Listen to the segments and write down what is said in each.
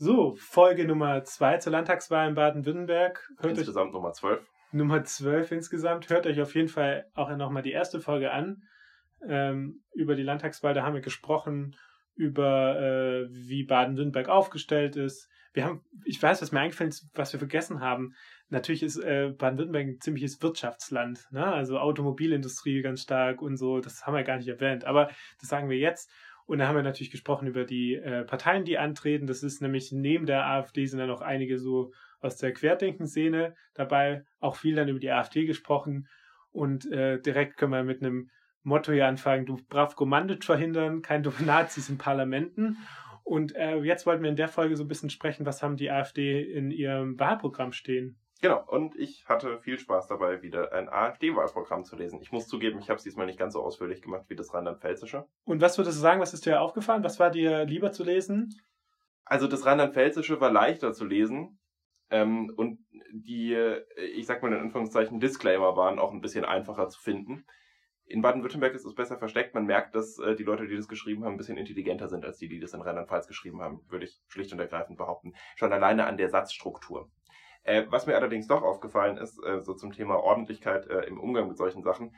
So, Folge Nummer 2 zur Landtagswahl in Baden-Württemberg. Insgesamt Nummer 12. Nummer 12 insgesamt. Hört euch auf jeden Fall auch nochmal die erste Folge an. Über die Landtagswahl, da haben wir gesprochen über wie Baden-Württemberg aufgestellt ist. Ich weiß, was mir eingefallen ist, was wir vergessen haben. Natürlich ist Baden-Württemberg ein ziemliches Wirtschaftsland, ne? Also Automobilindustrie ganz stark und so, das haben wir gar nicht erwähnt, aber das sagen wir jetzt. Und da haben wir natürlich gesprochen über die Parteien, die antreten. Das ist nämlich neben der AfD sind da noch einige so aus der Querdenken-Szene dabei. Auch viel dann über die AfD gesprochen. Und direkt können wir mit einem Motto hier anfangen: Du Bravko Mandic verhindern, keine Nazis in Parlamenten. Und jetzt wollten wir in der Folge so ein bisschen sprechen, was haben die AfD in ihrem Wahlprogramm stehen. Genau, und ich hatte viel Spaß dabei, wieder ein AfD-Wahlprogramm zu lesen. Ich muss zugeben, ich habe es diesmal nicht ganz so ausführlich gemacht wie das Rheinland-Pfälzische. Und was würdest du sagen, was ist dir aufgefallen? Was war dir lieber zu lesen? Also das Rheinland-Pfälzische war leichter zu lesen und die, ich sag mal in Anführungszeichen, Disclaimer waren auch ein bisschen einfacher zu finden. In Baden-Württemberg ist es besser versteckt. Man merkt, dass die Leute, die das geschrieben haben, ein bisschen intelligenter sind als die das in Rheinland-Pfalz geschrieben haben, würde ich schlicht und ergreifend behaupten. Schon alleine an der Satzstruktur. Was mir allerdings doch aufgefallen ist, so zum Thema Ordentlichkeit im Umgang mit solchen Sachen,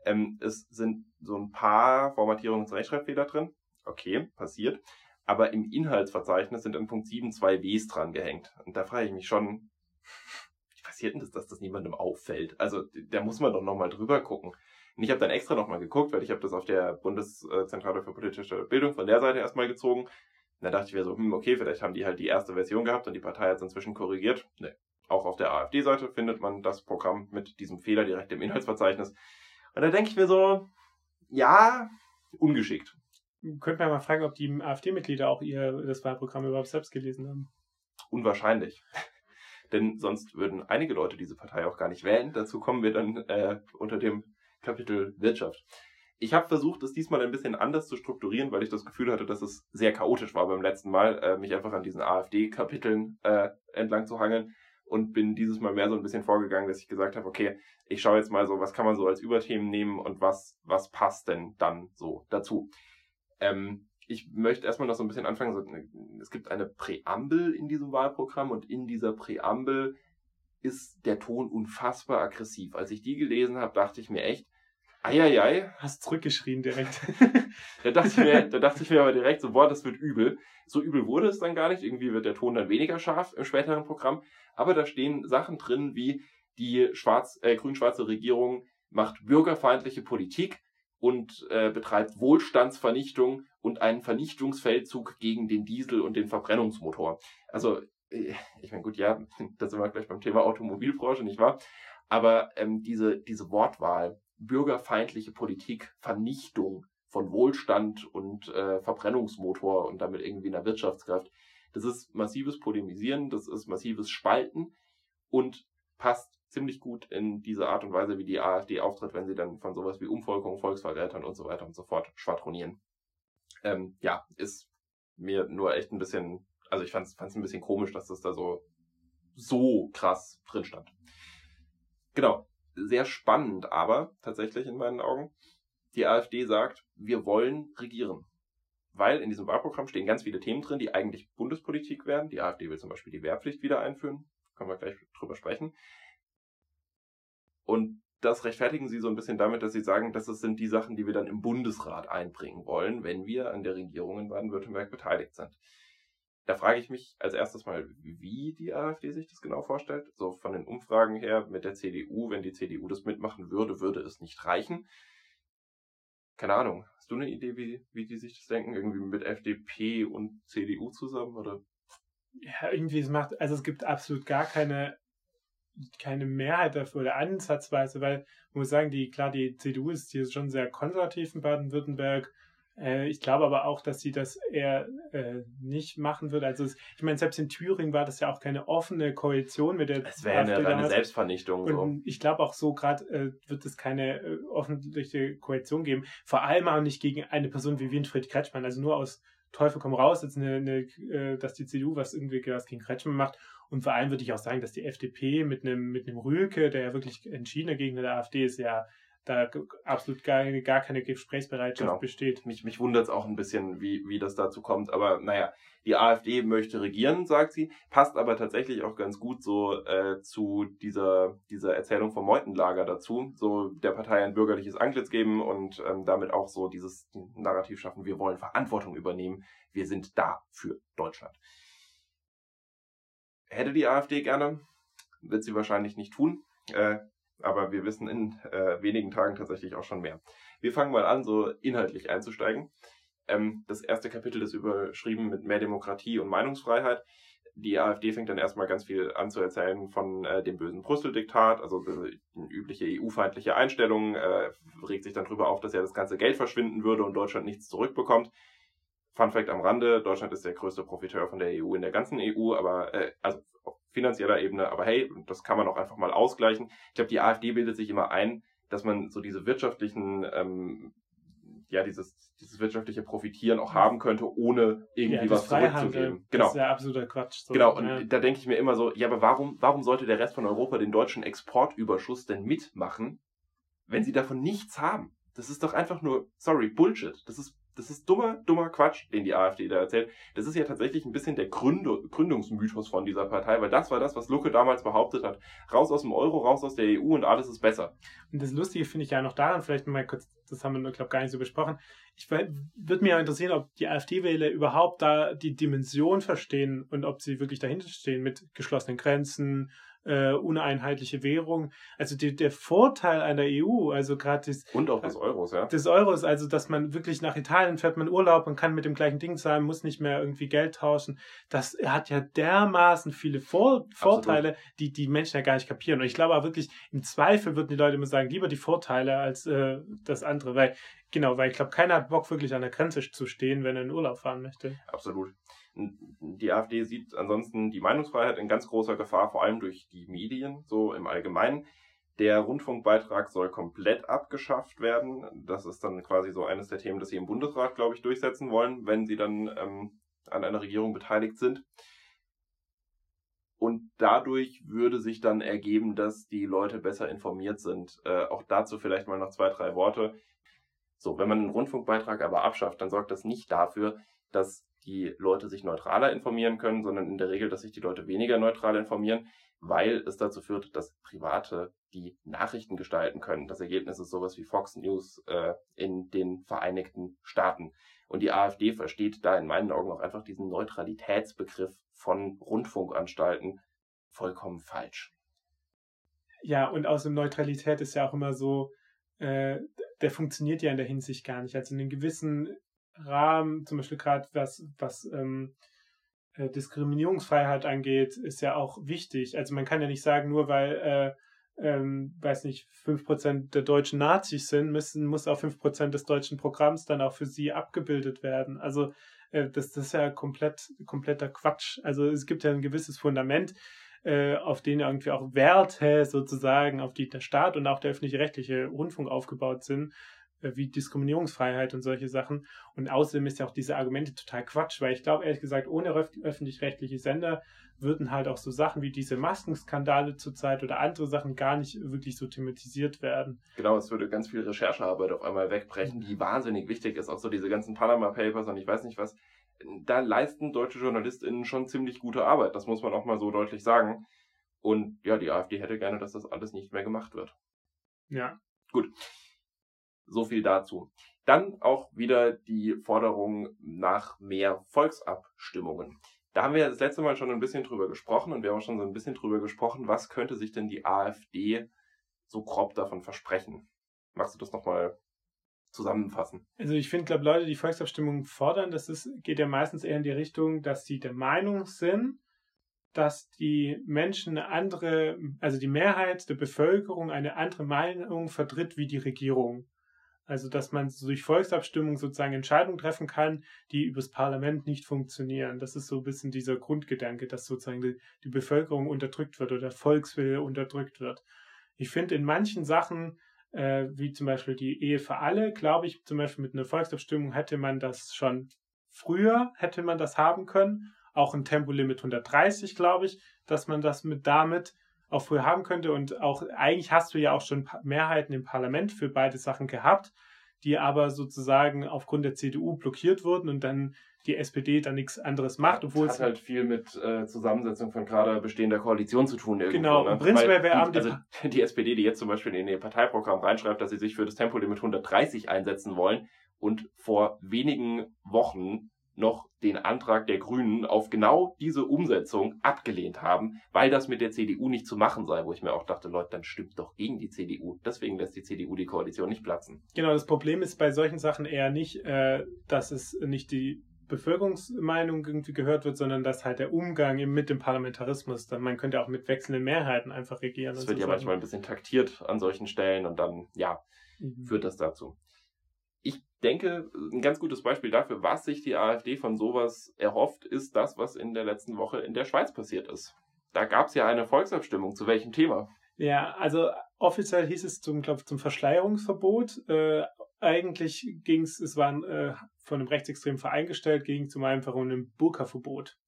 es sind so ein paar Formatierungs- und Rechtschreibfehler drin. Okay, passiert. Aber im Inhaltsverzeichnis sind in Punkt 7 2 Ws dran gehängt. Und da frage ich mich schon, wie passiert denn das, dass das niemandem auffällt? Also da muss man doch nochmal drüber gucken. Und ich habe dann extra nochmal geguckt, weil ich habe das auf der Bundeszentrale für politische Bildung von der Seite erstmal gezogen. Und da dachte ich mir so, okay, vielleicht haben die halt die erste Version gehabt und die Partei hat es inzwischen korrigiert. Nee. Auch auf der AfD-Seite findet man das Programm mit diesem Fehler direkt im Inhaltsverzeichnis. Und da denke ich mir so, ja, ungeschickt. Könnte man mal fragen, ob die AfD-Mitglieder auch das Wahlprogramm überhaupt selbst gelesen haben. Unwahrscheinlich. Denn sonst würden einige Leute diese Partei auch gar nicht wählen. Dazu kommen wir dann unter dem Kapitel Wirtschaft. Ich habe versucht, es diesmal ein bisschen anders zu strukturieren, weil ich das Gefühl hatte, dass es sehr chaotisch war beim letzten Mal, mich einfach an diesen AfD-Kapiteln entlang zu hangeln. Und bin dieses Mal mehr so ein bisschen vorgegangen, dass ich gesagt habe, okay, ich schaue jetzt mal so, was kann man so als Überthemen nehmen und was passt denn dann so dazu. Ich möchte erstmal noch so ein bisschen anfangen, es gibt eine Präambel in diesem Wahlprogramm und in dieser Präambel ist der Ton unfassbar aggressiv. Als ich die gelesen habe, dachte ich mir echt, eieiei. Hast zurückgeschrien direkt. Da dachte ich mir aber direkt so, boah, das wird übel. So übel wurde es dann gar nicht. Irgendwie wird der Ton dann weniger scharf im späteren Programm. Aber da stehen Sachen drin wie die grün-schwarze Regierung macht bürgerfeindliche Politik und betreibt Wohlstandsvernichtung und einen Vernichtungsfeldzug gegen den Diesel und den Verbrennungsmotor. Also, ich meine, gut, ja, da sind wir gleich beim Thema Automobilbranche, nicht wahr? Aber diese Wortwahl, bürgerfeindliche Politik, Vernichtung von Wohlstand und Verbrennungsmotor und damit irgendwie einer Wirtschaftskraft, das ist massives Polemisieren, das ist massives Spalten und passt ziemlich gut in diese Art und Weise, wie die AfD auftritt, wenn sie dann von sowas wie Umvolkung, Volksverrätern und so weiter und so fort schwadronieren. Ist mir nur echt ein bisschen, also ich fand's ein bisschen komisch, dass das da so krass drin stand. Genau, sehr spannend aber tatsächlich in meinen Augen. Die AfD sagt, wir wollen regieren. Weil in diesem Wahlprogramm stehen ganz viele Themen drin, die eigentlich Bundespolitik wären. Die AfD will zum Beispiel die Wehrpflicht wieder einführen. Können wir gleich drüber sprechen. Und das rechtfertigen sie so ein bisschen damit, dass sie sagen, das sind die Sachen, die wir dann im Bundesrat einbringen wollen, wenn wir an der Regierung in Baden-Württemberg beteiligt sind. Da frage ich mich als erstes mal, wie die AfD sich das genau vorstellt. So von den Umfragen her mit der CDU, wenn die CDU das mitmachen würde, würde es nicht reichen. Keine Ahnung. Hast du eine Idee, wie die sich das denken? Irgendwie mit FDP und CDU zusammen, oder? Ja, irgendwie es gibt absolut gar keine Mehrheit dafür oder ansatzweise, weil man muss sagen, die CDU ist hier schon sehr konservativ in Baden-Württemberg. Ich glaube aber auch, dass sie das eher nicht machen würde. Also ich meine, selbst in Thüringen war das ja auch keine offene Koalition mit der Es wäre eine Selbstvernichtung. Und so. Ich glaube auch so gerade wird es keine öffentliche Koalition geben. Vor allem auch nicht gegen eine Person wie Winfried Kretschmann. Also nur aus Teufel komm raus, jetzt dass die CDU was gegen Kretschmann macht. Und vor allem würde ich auch sagen, dass die FDP mit einem Rühlke, der ja wirklich entschiedener Gegner der AfD ist, ja da absolut gar keine Gesprächsbereitschaft besteht. Mich wundert es auch ein bisschen, wie das dazu kommt. Aber naja, die AfD möchte regieren, sagt sie, passt aber tatsächlich auch ganz gut so zu dieser Erzählung vom Meutenlager dazu. So der Partei ein bürgerliches Antlitz geben und damit auch so dieses Narrativ schaffen, wir wollen Verantwortung übernehmen, wir sind da für Deutschland. Hätte die AfD gerne, wird sie wahrscheinlich nicht tun. Aber wir wissen in wenigen Tagen tatsächlich auch schon mehr. Wir fangen mal an, so inhaltlich einzusteigen. Das erste Kapitel ist überschrieben mit mehr Demokratie und Meinungsfreiheit. Die AfD fängt dann erstmal ganz viel an zu erzählen von dem bösen Brüssel-Diktat, also übliche EU-feindliche Einstellungen, regt sich dann darüber auf, dass ja das ganze Geld verschwinden würde und Deutschland nichts zurückbekommt. Fun Fact am Rande, Deutschland ist der größte Profiteur von der EU in der ganzen EU, aber also auf finanzieller Ebene, aber hey, das kann man auch einfach mal ausgleichen. Ich glaube, die AfD bildet sich immer ein, dass man so diese wirtschaftlichen, dieses wirtschaftliche Profitieren auch haben könnte, ohne irgendwie was zurückzugeben. Genau. Das ist ja absoluter Quatsch. So. Genau, und da denke ich mir immer so, ja, aber warum sollte der Rest von Europa den deutschen Exportüberschuss denn mitmachen, wenn sie davon nichts haben? Das ist doch einfach nur, Bullshit. Das ist dummer Quatsch, den die AfD da erzählt. Das ist ja tatsächlich ein bisschen der Gründungsmythos von dieser Partei, weil das war das, was Lucke damals behauptet hat. Raus aus dem Euro, raus aus der EU und alles ist besser. Und das Lustige finde ich ja noch daran, vielleicht mal kurz, das haben wir, glaube ich, gar nicht so besprochen. Würde mich ja interessieren, ob die AfD-Wähler überhaupt da die Dimension verstehen und ob sie wirklich dahinter stehen mit geschlossenen Grenzen, uneinheitliche Währung. Also der Vorteil einer EU, also gerade und auch des Euros, ja. Des Euros, also dass man wirklich nach Italien fährt, man Urlaub und kann mit dem gleichen Ding zahlen, muss nicht mehr irgendwie Geld tauschen. Das hat ja dermaßen viele Vorteile, die Menschen ja gar nicht kapieren. Und ich glaube auch wirklich, im Zweifel würden die Leute immer sagen, lieber die Vorteile als das andere, weil ich glaube, keiner hat Bock, wirklich an der Grenze zu stehen, wenn er in Urlaub fahren möchte. Absolut. Die AfD sieht ansonsten die Meinungsfreiheit in ganz großer Gefahr, vor allem durch die Medien, so im Allgemeinen. Der Rundfunkbeitrag soll komplett abgeschafft werden. Das ist dann quasi so eines der Themen, das sie im Bundesrat, glaube ich, durchsetzen wollen, wenn sie dann an einer Regierung beteiligt sind. Und dadurch würde sich dann ergeben, dass die Leute besser informiert sind. Auch dazu vielleicht mal noch 2, 3 Worte. So, wenn man einen Rundfunkbeitrag aber abschafft, dann sorgt das nicht dafür, dass die Leute sich neutraler informieren können, sondern in der Regel, dass sich die Leute weniger neutral informieren, weil es dazu führt, dass Private die Nachrichten gestalten können. Das Ergebnis ist sowas wie Fox News in den Vereinigten Staaten. Und die AfD versteht da in meinen Augen auch einfach diesen Neutralitätsbegriff von Rundfunkanstalten vollkommen falsch. Ja, und außerdem Neutralität ist ja auch immer so, der funktioniert ja in der Hinsicht gar nicht. Also in einem gewissen Rahmen, zum Beispiel gerade was Diskriminierungsfreiheit angeht, ist ja auch wichtig. Also man kann ja nicht sagen, nur weil 5% der Deutschen Nazis sind, muss auch 5% des deutschen Programms dann auch für sie abgebildet werden. Also das ist ja kompletter Quatsch. Also es gibt ja ein gewisses Fundament, auf denen irgendwie auch Werte sozusagen, auf die der Staat und auch der öffentlich-rechtliche Rundfunk aufgebaut sind, wie Diskriminierungsfreiheit und solche Sachen. Und außerdem ist ja auch diese Argumente total Quatsch, weil ich glaube, ehrlich gesagt, ohne öffentlich-rechtliche Sender würden halt auch so Sachen wie diese Maskenskandale zurzeit oder andere Sachen gar nicht wirklich so thematisiert werden. Genau, es würde ganz viel Recherchearbeit auf einmal wegbrechen, die wahnsinnig wichtig ist. Auch so diese ganzen Panama Papers und ich weiß nicht was. Da leisten deutsche JournalistInnen schon ziemlich gute Arbeit. Das muss man auch mal so deutlich sagen. Und ja, die AfD hätte gerne, dass das alles nicht mehr gemacht wird. Ja. Gut. So viel dazu. Dann auch wieder die Forderung nach mehr Volksabstimmungen. Da haben wir das letzte Mal schon ein bisschen drüber gesprochen und wir haben auch schon so ein bisschen drüber gesprochen, was könnte sich denn die AfD so grob davon versprechen. Magst du das nochmal zusammenfassen? Also ich finde, glaube Leute, die Volksabstimmungen fordern, geht ja meistens eher in die Richtung, dass sie der Meinung sind, dass die Menschen also die Mehrheit der Bevölkerung eine andere Meinung vertritt wie die Regierung. Also, dass man durch Volksabstimmung sozusagen Entscheidungen treffen kann, die übers Parlament nicht funktionieren. Das ist so ein bisschen dieser Grundgedanke, dass sozusagen die Bevölkerung unterdrückt wird oder der Volkswille unterdrückt wird. Ich finde in manchen Sachen, wie zum Beispiel die Ehe für alle, glaube ich, zum Beispiel mit einer Volksabstimmung hätte man das schon früher, hätte man das haben können. Auch ein Tempolimit 130, glaube ich, dass man das damit auch früher haben könnte. Und auch eigentlich hast du ja auch schon Mehrheiten im Parlament für beide Sachen gehabt, die aber sozusagen aufgrund der CDU blockiert wurden und dann die SPD dann nichts anderes macht. Obwohl das hat halt viel mit Zusammensetzung von gerade bestehender Koalition zu tun. Irgendwo, genau, ne? prinzipiell wäre die SPD, die jetzt zum Beispiel in ihr Parteiprogramm reinschreibt, dass sie sich für das Tempolimit 130 einsetzen wollen und vor wenigen Wochen noch den Antrag der Grünen auf genau diese Umsetzung abgelehnt haben, weil das mit der CDU nicht zu machen sei, wo ich mir auch dachte, Leute, dann stimmt doch gegen die CDU. Deswegen lässt die CDU die Koalition nicht platzen. Genau, das Problem ist bei solchen Sachen eher nicht, dass es nicht die Bevölkerungsmeinung irgendwie gehört wird, sondern dass halt der Umgang mit dem Parlamentarismus, dann man könnte auch mit wechselnden Mehrheiten einfach regieren. Das wird ja manchmal ein bisschen taktiert an solchen Stellen und dann, führt das dazu. Ich denke, ein ganz gutes Beispiel dafür, was sich die AfD von sowas erhofft, ist das, was in der letzten Woche in der Schweiz passiert ist. Da gab es ja eine Volksabstimmung. Zu welchem Thema? Ja, also offiziell hieß es zum Verschleierungsverbot. Eigentlich ging es war von einem rechtsextremen Verein gestellt, ging zum einfach um ein Burka-Verbot.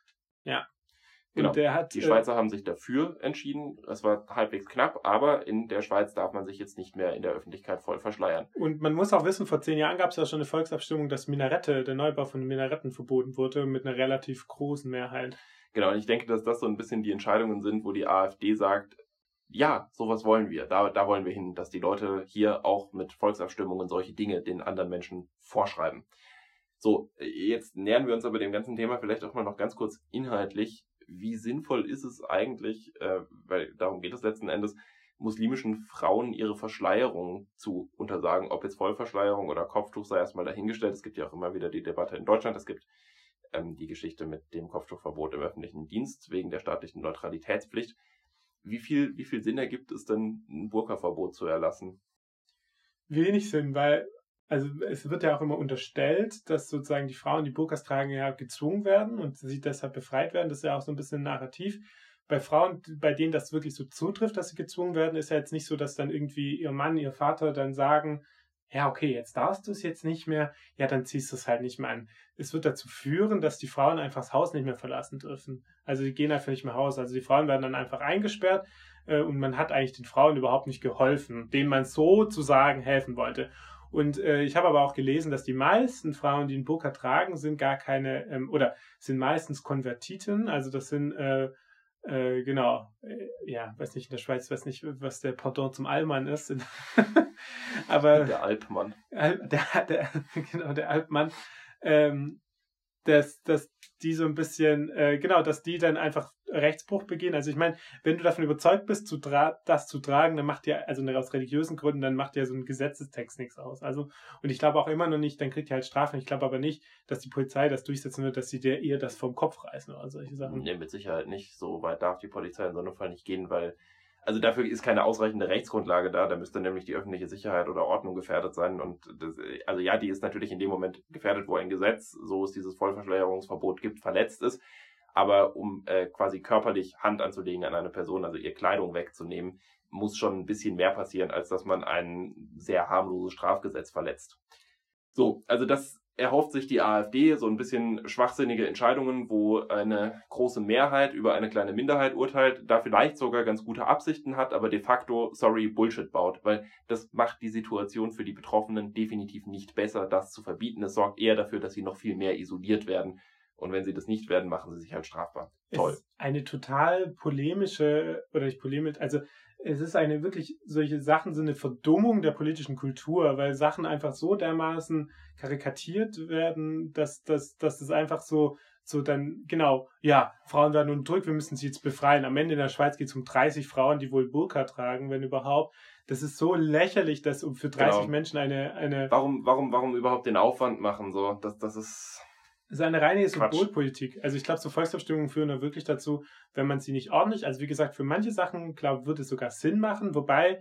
Ja. Genau. Die Schweizer haben sich dafür entschieden. Es war halbwegs knapp, aber in der Schweiz darf man sich jetzt nicht mehr in der Öffentlichkeit voll verschleiern. Und man muss auch wissen, vor 10 Jahren gab es ja schon eine Volksabstimmung, dass der Neubau von Minaretten verboten wurde, mit einer relativ großen Mehrheit. Genau, und ich denke, dass das so ein bisschen die Entscheidungen sind, wo die AfD sagt, ja, sowas wollen wir. Da wollen wir hin, dass die Leute hier auch mit Volksabstimmungen solche Dinge den anderen Menschen vorschreiben. So, jetzt nähern wir uns aber dem ganzen Thema vielleicht auch mal noch ganz kurz inhaltlich. Wie sinnvoll ist es eigentlich, weil darum geht es letzten Endes, muslimischen Frauen ihre Verschleierung zu untersagen, ob jetzt Vollverschleierung oder Kopftuch sei erstmal dahingestellt. Es gibt ja auch immer wieder die Debatte in Deutschland. Es gibt die Geschichte mit dem Kopftuchverbot im öffentlichen Dienst wegen der staatlichen Neutralitätspflicht. Wie viel Sinn ergibt es denn, ein Burka-Verbot zu erlassen? Wenig Sinn, weil also es wird ja auch immer unterstellt, dass sozusagen die Frauen, die Burkas tragen, ja gezwungen werden und sie deshalb befreit werden. Das ist ja auch so ein bisschen ein Narrativ. Bei Frauen, bei denen das wirklich so zutrifft, dass sie gezwungen werden, ist ja jetzt nicht so, dass dann irgendwie ihr Mann, ihr Vater dann sagen, ja, okay, jetzt darfst du es jetzt nicht mehr, ja, dann ziehst du es halt nicht mehr an. Es wird dazu führen, dass die Frauen einfach das Haus nicht mehr verlassen dürfen. Also die gehen einfach nicht mehr raus. Also die Frauen werden dann einfach eingesperrt und man hat eigentlich den Frauen überhaupt nicht geholfen, denen man sozusagen helfen wollte. Und ich habe aber auch gelesen, dass die meisten Frauen, die einen Burka tragen, sind gar keine, oder sind meistens Konvertiten. Also das sind, weiß nicht, in der Schweiz, weiß nicht, was der Pendant zum Allmann ist. Aber der Alpmann. Der Alpmann. Dass die so ein bisschen, dass die dann einfach Rechtsbruch begehen. Also ich meine, wenn du davon überzeugt bist, das zu tragen, dann macht ja, also aus religiösen Gründen, dann macht ja so ein Gesetzestext nichts aus. Also, und ich glaube auch immer noch nicht, dann kriegt ihr halt Strafen. Ich glaube aber nicht, dass die Polizei das durchsetzen wird, dass sie dir eher das vom Kopf reißen oder solche Sachen. Nee, mit Sicherheit nicht. So weit darf die Polizei in so einem Fall nicht gehen, weil also dafür ist keine ausreichende Rechtsgrundlage da müsste nämlich die öffentliche Sicherheit oder Ordnung gefährdet sein und die ist natürlich in dem Moment gefährdet, wo ein Gesetz, so es dieses Vollverschleierungsverbot gibt, verletzt ist, aber um quasi körperlich Hand anzulegen an eine Person, also ihr Kleidung wegzunehmen, muss schon ein bisschen mehr passieren, als dass man ein sehr harmloses Strafgesetz verletzt. So, also das erhofft sich die AfD, so ein bisschen schwachsinnige Entscheidungen, wo eine große Mehrheit über eine kleine Minderheit urteilt, da vielleicht sogar ganz gute Absichten hat, aber de facto, Bullshit baut, weil das macht die Situation für die Betroffenen definitiv nicht besser, das zu verbieten. Es sorgt eher dafür, dass sie noch viel mehr isoliert werden. Und wenn sie das nicht werden, machen sie sich halt strafbar. Toll. Es ist eine total polemische, oder nicht polemisch, also es ist eine wirklich, solche Sachen sind eine Verdummung der politischen Kultur, weil Sachen einfach so dermaßen karikatiert werden, dass das einfach so dann, genau, ja, Frauen werden unterdrückt, wir müssen sie jetzt befreien. Am Ende in der Schweiz geht es um 30 Frauen, die wohl Burka tragen, wenn überhaupt. Das ist so lächerlich, dass für 30 Menschen eine... Warum überhaupt den Aufwand machen, so? Das ist... Das ist eine reine Symbolpolitik. Also ich glaube, so Volksabstimmungen führen da wirklich dazu, wenn man sie nicht ordentlich, also wie gesagt, für manche Sachen, glaube würde es sogar Sinn machen, wobei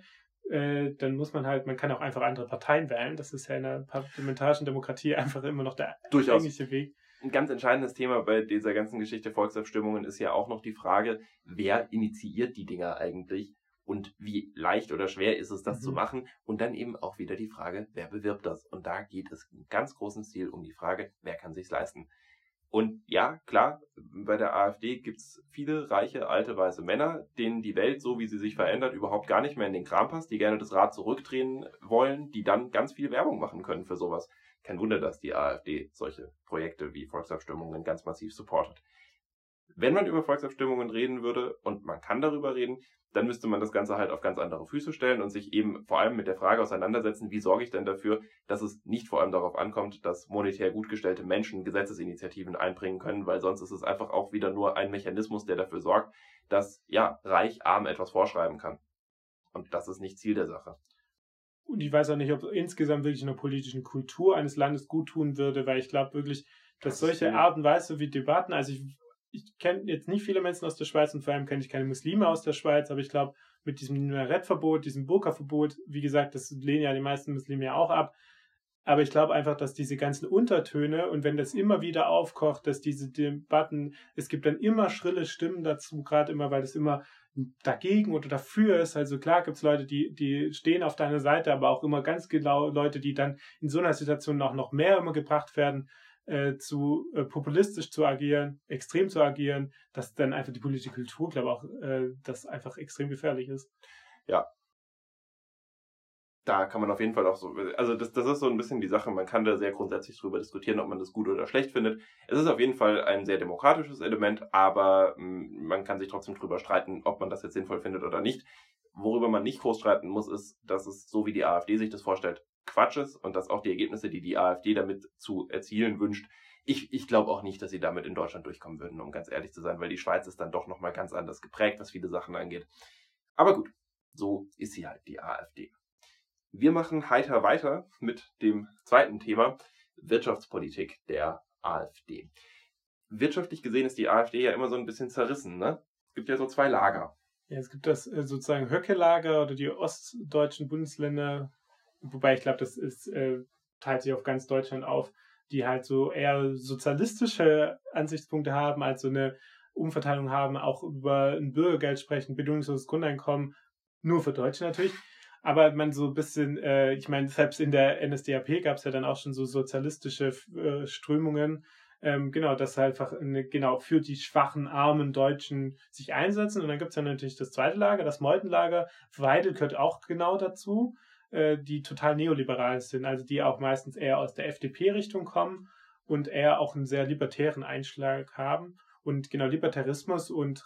dann muss man kann auch einfach andere Parteien wählen. Das ist ja in einer parlamentarischen Demokratie einfach immer noch der eigentliche Weg. Ein ganz entscheidendes Thema bei dieser ganzen Geschichte Volksabstimmungen ist ja auch noch die Frage, wer initiiert die Dinger eigentlich? Und wie leicht oder schwer ist es, das zu machen? Und dann eben auch wieder die Frage, wer bewirbt das? Und da geht es im ganz großen Stil um die Frage, wer kann sich's leisten? Und ja, klar, bei der AfD gibt's viele reiche, alte, weiße Männer, denen die Welt, so wie sie sich verändert, überhaupt gar nicht mehr in den Kram passt, die gerne das Rad zurückdrehen wollen, die dann ganz viel Werbung machen können für sowas. Kein Wunder, dass die AfD solche Projekte wie Volksabstimmungen ganz massiv supportet. Wenn man über Volksabstimmungen reden würde, und man kann darüber reden, dann müsste man das Ganze halt auf ganz andere Füße stellen und sich eben vor allem mit der Frage auseinandersetzen, wie sorge ich denn dafür, dass es nicht vor allem darauf ankommt, dass monetär gut gestellte Menschen Gesetzesinitiativen einbringen können, weil sonst ist es einfach auch wieder nur ein Mechanismus, der dafür sorgt, dass, ja, reich arm etwas vorschreiben kann. Und das ist nicht Ziel der Sache. Und ich weiß auch nicht, ob insgesamt wirklich einer politischen Kultur eines Landes gut tun würde, weil ich glaube wirklich, dass solche Art und Weise wie Debatten, also ich kenne jetzt nicht viele Menschen aus der Schweiz und vor allem kenne ich keine Muslime aus der Schweiz, aber ich glaube, mit diesem Minarettverbot, diesem Burka-Verbot, wie gesagt, das lehnen ja die meisten Muslime ja auch ab, aber ich glaube einfach, dass diese ganzen Untertöne und wenn das immer wieder aufkocht, dass diese Debatten, es gibt dann immer schrille Stimmen dazu, gerade immer, weil das immer dagegen oder dafür ist. Also klar gibt es Leute, die stehen auf deiner Seite, aber auch immer ganz genau Leute, die dann in so einer Situation auch noch mehr immer gebracht werden, populistisch zu agieren, extrem zu agieren, dass dann einfach die politische Kultur, glaube ich, auch das einfach extrem gefährlich ist. Ja. Da kann man auf jeden Fall auch so, also das ist so ein bisschen die Sache, man kann da sehr grundsätzlich drüber diskutieren, ob man das gut oder schlecht findet. Es ist auf jeden Fall ein sehr demokratisches Element, aber man kann sich trotzdem drüber streiten, ob man das jetzt sinnvoll findet oder nicht. Worüber man nicht groß streiten muss, ist, dass es, so wie die AfD sich das vorstellt, Quatsch ist und dass auch die Ergebnisse, die die AfD damit zu erzielen wünscht, ich glaube auch nicht, dass sie damit in Deutschland durchkommen würden, um ganz ehrlich zu sein, weil die Schweiz ist dann doch nochmal ganz anders geprägt, was viele Sachen angeht. Aber gut, so ist sie halt, die AfD. Wir machen heiter weiter mit dem zweiten Thema, Wirtschaftspolitik der AfD. Wirtschaftlich gesehen ist die AfD ja immer so ein bisschen zerrissen, ne? Es gibt ja so zwei Lager. Ja, es gibt das sozusagen Höcke-Lager oder die ostdeutschen Bundesländer, wobei ich glaube, das ist teilt sich auf ganz Deutschland auf, die halt so eher sozialistische Ansichtspunkte haben, als so eine Umverteilung haben, auch über ein Bürgergeld sprechen, bedingungsloses Grundeinkommen, nur für Deutsche natürlich. Aber man so ein bisschen, ich meine, selbst in der NSDAP gab es ja dann auch schon so sozialistische Strömungen, genau, dass halt einfach genau für die schwachen, armen Deutschen sich einsetzen. Und dann gibt es ja natürlich das zweite Lager, das Meutenlager. Weidel gehört auch genau dazu, die total neoliberal sind, also die auch meistens eher aus der FDP-Richtung kommen und eher auch einen sehr libertären Einschlag haben. Und genau, Libertarismus und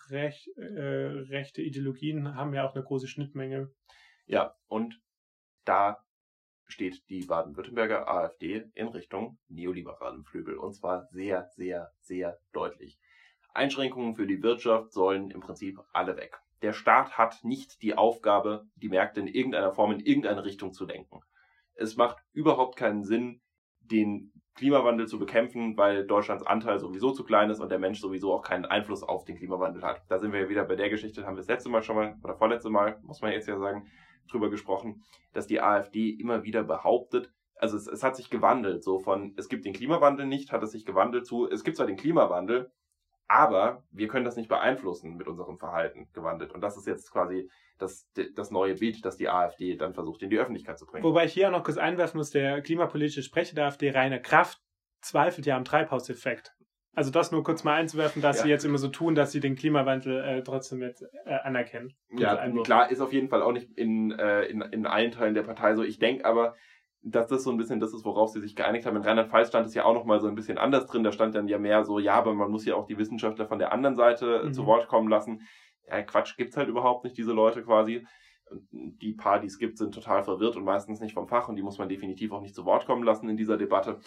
rechte Ideologien haben ja auch eine große Schnittmenge. Ja, und da steht die Baden-Württemberger AfD in Richtung neoliberalem Flügel. Und zwar sehr, sehr, sehr deutlich. Einschränkungen für die Wirtschaft sollen im Prinzip alle weg. Der Staat hat nicht die Aufgabe, die Märkte in irgendeiner Form in irgendeine Richtung zu lenken. Es macht überhaupt keinen Sinn, den Klimawandel zu bekämpfen, weil Deutschlands Anteil sowieso zu klein ist und der Mensch sowieso auch keinen Einfluss auf den Klimawandel hat. Da sind wir ja wieder bei der Geschichte, haben wir das letzte Mal schon mal, oder vorletzte Mal, muss man jetzt ja sagen, drüber gesprochen, dass die AfD immer wieder behauptet, also es hat sich gewandelt, so von, es gibt den Klimawandel nicht, hat es sich gewandelt zu, es gibt zwar den Klimawandel, aber wir können das nicht beeinflussen mit unserem Verhalten gewandelt. Und das ist jetzt quasi das neue Bild, das die AfD dann versucht, in die Öffentlichkeit zu bringen. Wobei ich hier auch noch kurz einwerfen muss, der klimapolitische Sprecher der AfD, Rainer Kraft, zweifelt ja am Treibhauseffekt. Also das nur kurz mal einzuwerfen, dass sie jetzt immer so tun, dass sie den Klimawandel trotzdem jetzt anerkennen. Ja, klar, ist auf jeden Fall auch nicht in allen Teilen der Partei so. Ich denke aber, dass das so ein bisschen das ist, worauf sie sich geeinigt haben. In Rheinland-Pfalz stand es ja auch nochmal so ein bisschen anders drin. Da stand dann ja mehr so, ja, aber man muss ja auch die Wissenschaftler von der anderen Seite zu Wort kommen lassen. Ja, Quatsch, gibt's halt überhaupt nicht, diese Leute quasi. Die paar, die es gibt, sind total verwirrt und meistens nicht vom Fach und die muss man definitiv auch nicht zu Wort kommen lassen in dieser Debatte.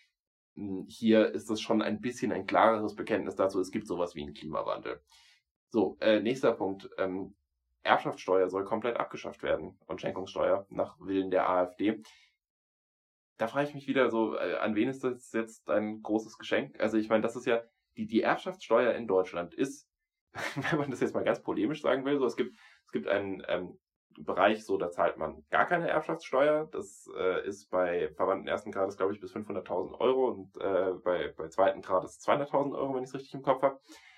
Hier ist das schon ein bisschen ein klareres Bekenntnis dazu, es gibt sowas wie einen Klimawandel. So, nächster Punkt. Erbschaftssteuer soll komplett abgeschafft werden und Schenkungssteuer nach Willen der AfD. Da frage ich mich wieder so, an wen ist das jetzt ein großes Geschenk? Also ich meine, das ist ja, die Erbschaftssteuer in Deutschland ist, wenn man das jetzt mal ganz polemisch sagen will, so es gibt einen Bereich, so da zahlt man gar keine Erbschaftssteuer. Das ist bei Verwandten ersten Grades, glaube ich, bis 500.000 Euro und bei zweiten Grades 200.000 Euro, wenn ich es richtig im Kopf habe.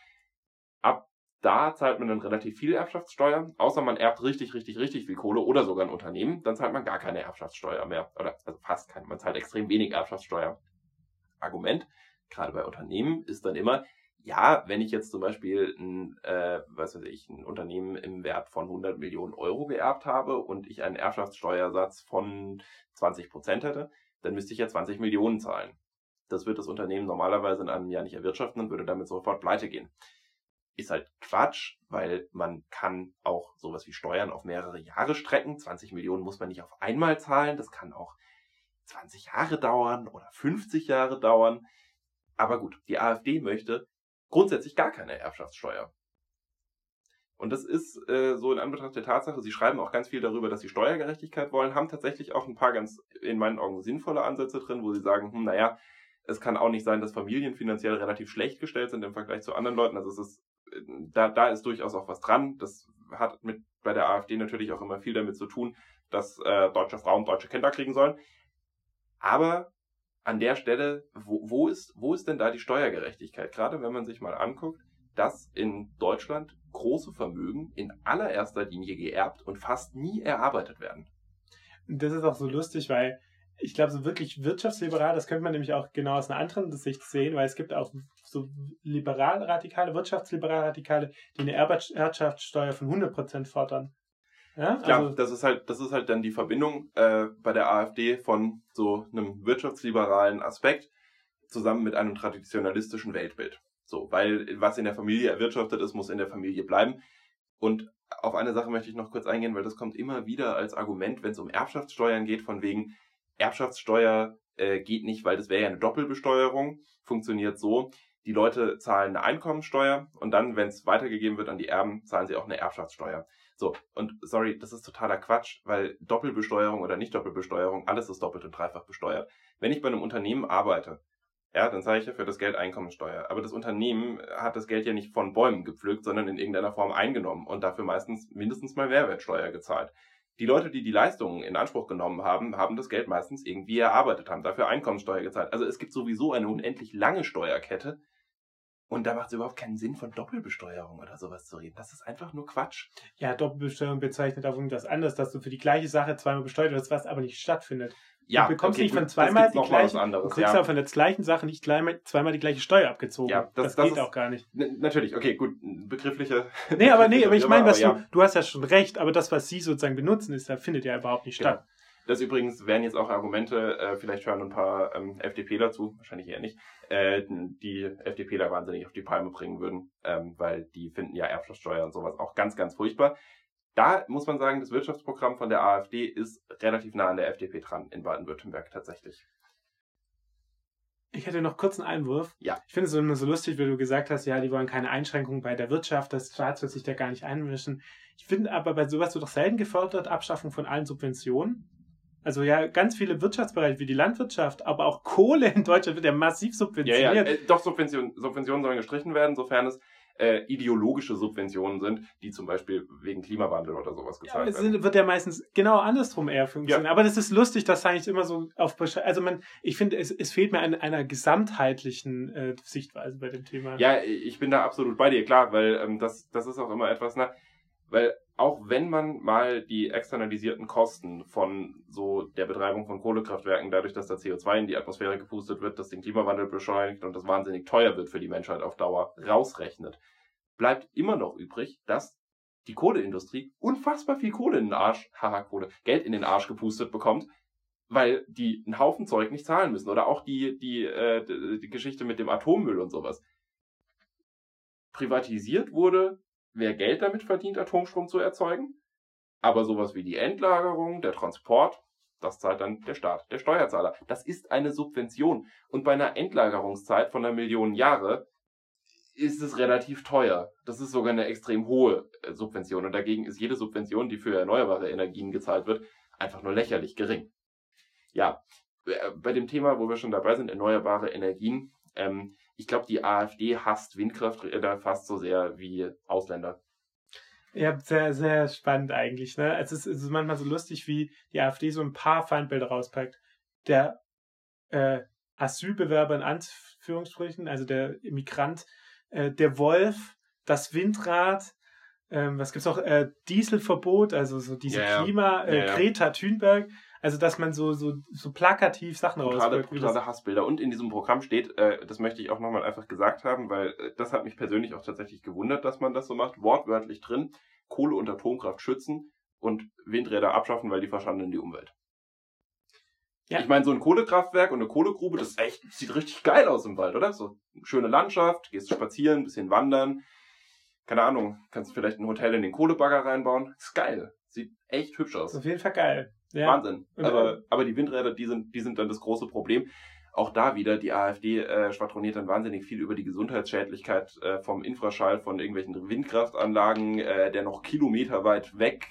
Ab da zahlt man dann relativ viel Erbschaftssteuer, außer man erbt richtig viel Kohle oder sogar ein Unternehmen, dann zahlt man gar keine Erbschaftssteuer mehr. Oder also fast keine, man zahlt extrem wenig Erbschaftssteuer. Argument, gerade bei Unternehmen, ist dann immer, ja, wenn ich jetzt zum Beispiel ein Unternehmen im Wert von 100 Millionen Euro geerbt habe und ich einen Erbschaftssteuersatz von 20% hätte, dann müsste ich ja 20 Millionen zahlen. Das wird das Unternehmen normalerweise in einem Jahr nicht erwirtschaften und würde damit sofort pleite gehen. Ist halt Quatsch, weil man kann auch sowas wie Steuern auf mehrere Jahre strecken. 20 Millionen muss man nicht auf einmal zahlen. Das kann auch 20 Jahre dauern oder 50 Jahre dauern. Aber gut, die AfD möchte grundsätzlich gar keine Erbschaftssteuer. Und das ist so in Anbetracht der Tatsache, sie schreiben auch ganz viel darüber, dass sie Steuergerechtigkeit wollen, haben tatsächlich auch ein paar ganz, in meinen Augen, sinnvolle Ansätze drin, wo sie sagen, es kann auch nicht sein, dass Familien finanziell relativ schlecht gestellt sind im Vergleich zu anderen Leuten. Also es ist, da ist durchaus auch was dran. Das hat bei der AfD natürlich auch immer viel damit zu tun, dass deutsche Frauen deutsche Kinder kriegen sollen. Aber an der Stelle, wo ist denn da die Steuergerechtigkeit? Gerade wenn man sich mal anguckt, dass in Deutschland große Vermögen in allererster Linie geerbt und fast nie erarbeitet werden. Das ist auch so lustig, weil ich glaube, so wirklich wirtschaftsliberal, das könnte man nämlich auch genau aus einer anderen Sicht sehen, weil es gibt auch so liberal-radikale, wirtschaftsliberal-radikale, die eine Erbschaftssteuer von 100% fordern. Ja, also das ist halt dann die Verbindung bei der AfD von so einem wirtschaftsliberalen Aspekt zusammen mit einem traditionalistischen Weltbild. So, weil was in der Familie erwirtschaftet ist, muss in der Familie bleiben. Und auf eine Sache möchte ich noch kurz eingehen, weil das kommt immer wieder als Argument, wenn es um Erbschaftssteuern geht, von wegen Erbschaftssteuer geht nicht, weil das wäre ja eine Doppelbesteuerung. Funktioniert so, die Leute zahlen eine Einkommensteuer und dann, wenn es weitergegeben wird an die Erben, zahlen sie auch eine Erbschaftssteuer. So, und sorry, das ist totaler Quatsch, weil Doppelbesteuerung oder nicht Doppelbesteuerung, alles ist doppelt und dreifach besteuert. Wenn ich bei einem Unternehmen arbeite, ja, dann zahle ich ja für das Geld Einkommensteuer. Aber das Unternehmen hat das Geld ja nicht von Bäumen gepflückt, sondern in irgendeiner Form eingenommen und dafür mindestens mal Mehrwertsteuer gezahlt. Die Leute, die die Leistungen in Anspruch genommen haben, haben das Geld meistens irgendwie erarbeitet, haben dafür Einkommensteuer gezahlt. Also es gibt sowieso eine unendlich lange Steuerkette. Und da macht es überhaupt keinen Sinn, von Doppelbesteuerung oder sowas zu reden. Das ist einfach nur Quatsch. Ja, Doppelbesteuerung bezeichnet auch irgendwas anderes, dass du für die gleiche Sache zweimal besteuert wirst, was aber nicht stattfindet. Ja, du bekommst nicht von zweimal die gleiche, du kriegst aber von der gleichen Sache nicht zweimal die gleiche Steuer abgezogen. Ja, das geht auch gar nicht. Natürlich, okay, gut, begriffliche... aber ich meine, du hast ja schon recht, aber das, was sie sozusagen benutzen, da findet ja überhaupt nicht statt. Das übrigens wären jetzt auch Argumente, vielleicht hören ein paar FDPler zu, wahrscheinlich eher nicht, die FDPler wahnsinnig auf die Palme bringen würden, weil die finden ja Erbschaftssteuer und sowas auch ganz, ganz furchtbar. Da muss man sagen, das Wirtschaftsprogramm von der AfD ist relativ nah an der FDP dran in Baden-Württemberg tatsächlich. Ich hätte noch kurz einen Einwurf. Ja. Ich finde es immer so lustig, wie du gesagt hast, ja, die wollen keine Einschränkungen bei der Wirtschaft, das Staat wird sich da gar nicht einmischen. Ich finde aber, bei sowas wird doch selten gefordert, Abschaffung von allen Subventionen. Also ja, ganz viele Wirtschaftsbereiche wie die Landwirtschaft, aber auch Kohle in Deutschland wird ja massiv subventioniert. Doch, Subventionen sollen gestrichen werden, sofern es ideologische Subventionen sind, die zum Beispiel wegen Klimawandel oder sowas gezahlt werden. Es wird ja meistens genau andersrum eher funktionieren. Ja. Aber das ist lustig, dass eigentlich immer so ich finde, es fehlt mir einer gesamtheitlichen Sichtweise bei dem Thema. Ja, ich bin da absolut bei dir, klar, weil das ist auch immer etwas, weil auch wenn man mal die externalisierten Kosten von so der Betreibung von Kohlekraftwerken, dadurch, dass da CO2 in die Atmosphäre gepustet wird, das den Klimawandel beschleunigt und das wahnsinnig teuer wird für die Menschheit auf Dauer, rausrechnet, bleibt immer noch übrig, dass die Kohleindustrie unfassbar viel Geld in den Arsch gepustet bekommt, weil die einen Haufen Zeug nicht zahlen müssen. Oder auch die Geschichte mit dem Atommüll und sowas. Privatisiert wurde, wer Geld damit verdient, Atomstrom zu erzeugen. Aber sowas wie die Endlagerung, der Transport, das zahlt dann der Staat, der Steuerzahler. Das ist eine Subvention. Und bei einer Endlagerungszeit von 1 Million Jahre ist es relativ teuer. Das ist sogar eine extrem hohe Subvention. Und dagegen ist jede Subvention, die für erneuerbare Energien gezahlt wird, einfach nur lächerlich gering. Ja, bei dem Thema, wo wir schon dabei sind, erneuerbare Energien, ich glaube, die AfD hasst Windkraft fast so sehr wie Ausländer. Ja, sehr, sehr spannend eigentlich. Ne? Es ist manchmal so lustig, wie die AfD so ein paar Feindbilder rauspackt. Der Asylbewerber in Anführungsstrichen, also der Migrant, der Wolf, das Windrad, was gibt's noch? Dieselverbot, also so diese Greta Thunberg. Also, dass man so plakativ Sachen rausbringt. Totale Hassbilder. Und in diesem Programm steht, das möchte ich auch nochmal einfach gesagt haben, weil das hat mich persönlich auch tatsächlich gewundert, dass man das so macht, wortwörtlich drin, Kohle- und Atomkraft schützen und Windräder abschaffen, weil die verschanden die Umwelt. Ja. Ich meine, so ein Kohlekraftwerk und eine Kohlegrube, das sieht richtig geil aus im Wald, oder? So eine schöne Landschaft, gehst spazieren, ein bisschen wandern. Keine Ahnung, kannst vielleicht ein Hotel in den Kohlebagger reinbauen. Das ist geil. Sieht echt hübsch aus. Ist auf jeden Fall geil. Ja. Wahnsinn. Aber die Windräder, die sind dann das große Problem. Auch da wieder, die AfD schwadroniert dann wahnsinnig viel über die Gesundheitsschädlichkeit vom Infraschall von irgendwelchen Windkraftanlagen, der noch kilometerweit weg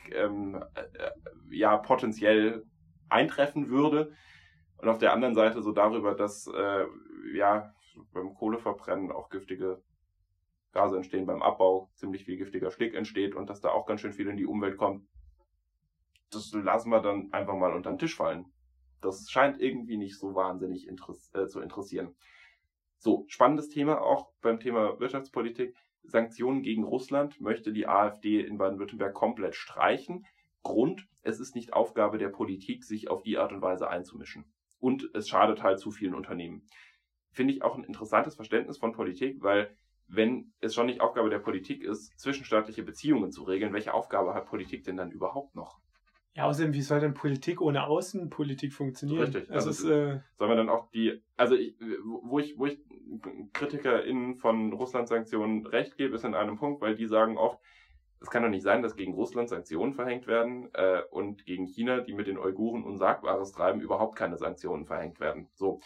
potenziell eintreffen würde. Und auf der anderen Seite so darüber, dass beim Kohleverbrennen auch giftige Gase entstehen, beim Abbau ziemlich viel giftiger Schlick entsteht und dass da auch ganz schön viel in die Umwelt kommt. Das lassen wir dann einfach mal unter den Tisch fallen. Das scheint irgendwie nicht so wahnsinnig zu interessieren. So, spannendes Thema auch beim Thema Wirtschaftspolitik. Sanktionen gegen Russland möchte die AfD in Baden-Württemberg komplett streichen. Grund, es ist nicht Aufgabe der Politik, sich auf die Art und Weise einzumischen. Und es schadet halt zu vielen Unternehmen. Finde ich auch ein interessantes Verständnis von Politik, weil wenn es schon nicht Aufgabe der Politik ist, zwischenstaatliche Beziehungen zu regeln, welche Aufgabe hat Politik denn dann überhaupt noch? Ja, außerdem, wie soll denn Politik ohne Außenpolitik funktionieren? Richtig. Also soll man dann auch wo ich KritikerInnen von Russland-Sanktionen recht gebe, ist in einem Punkt, weil die sagen oft, es kann doch nicht sein, dass gegen Russland Sanktionen verhängt werden und gegen China, die mit den Uiguren Unsagbares treiben, überhaupt keine Sanktionen verhängt werden. So.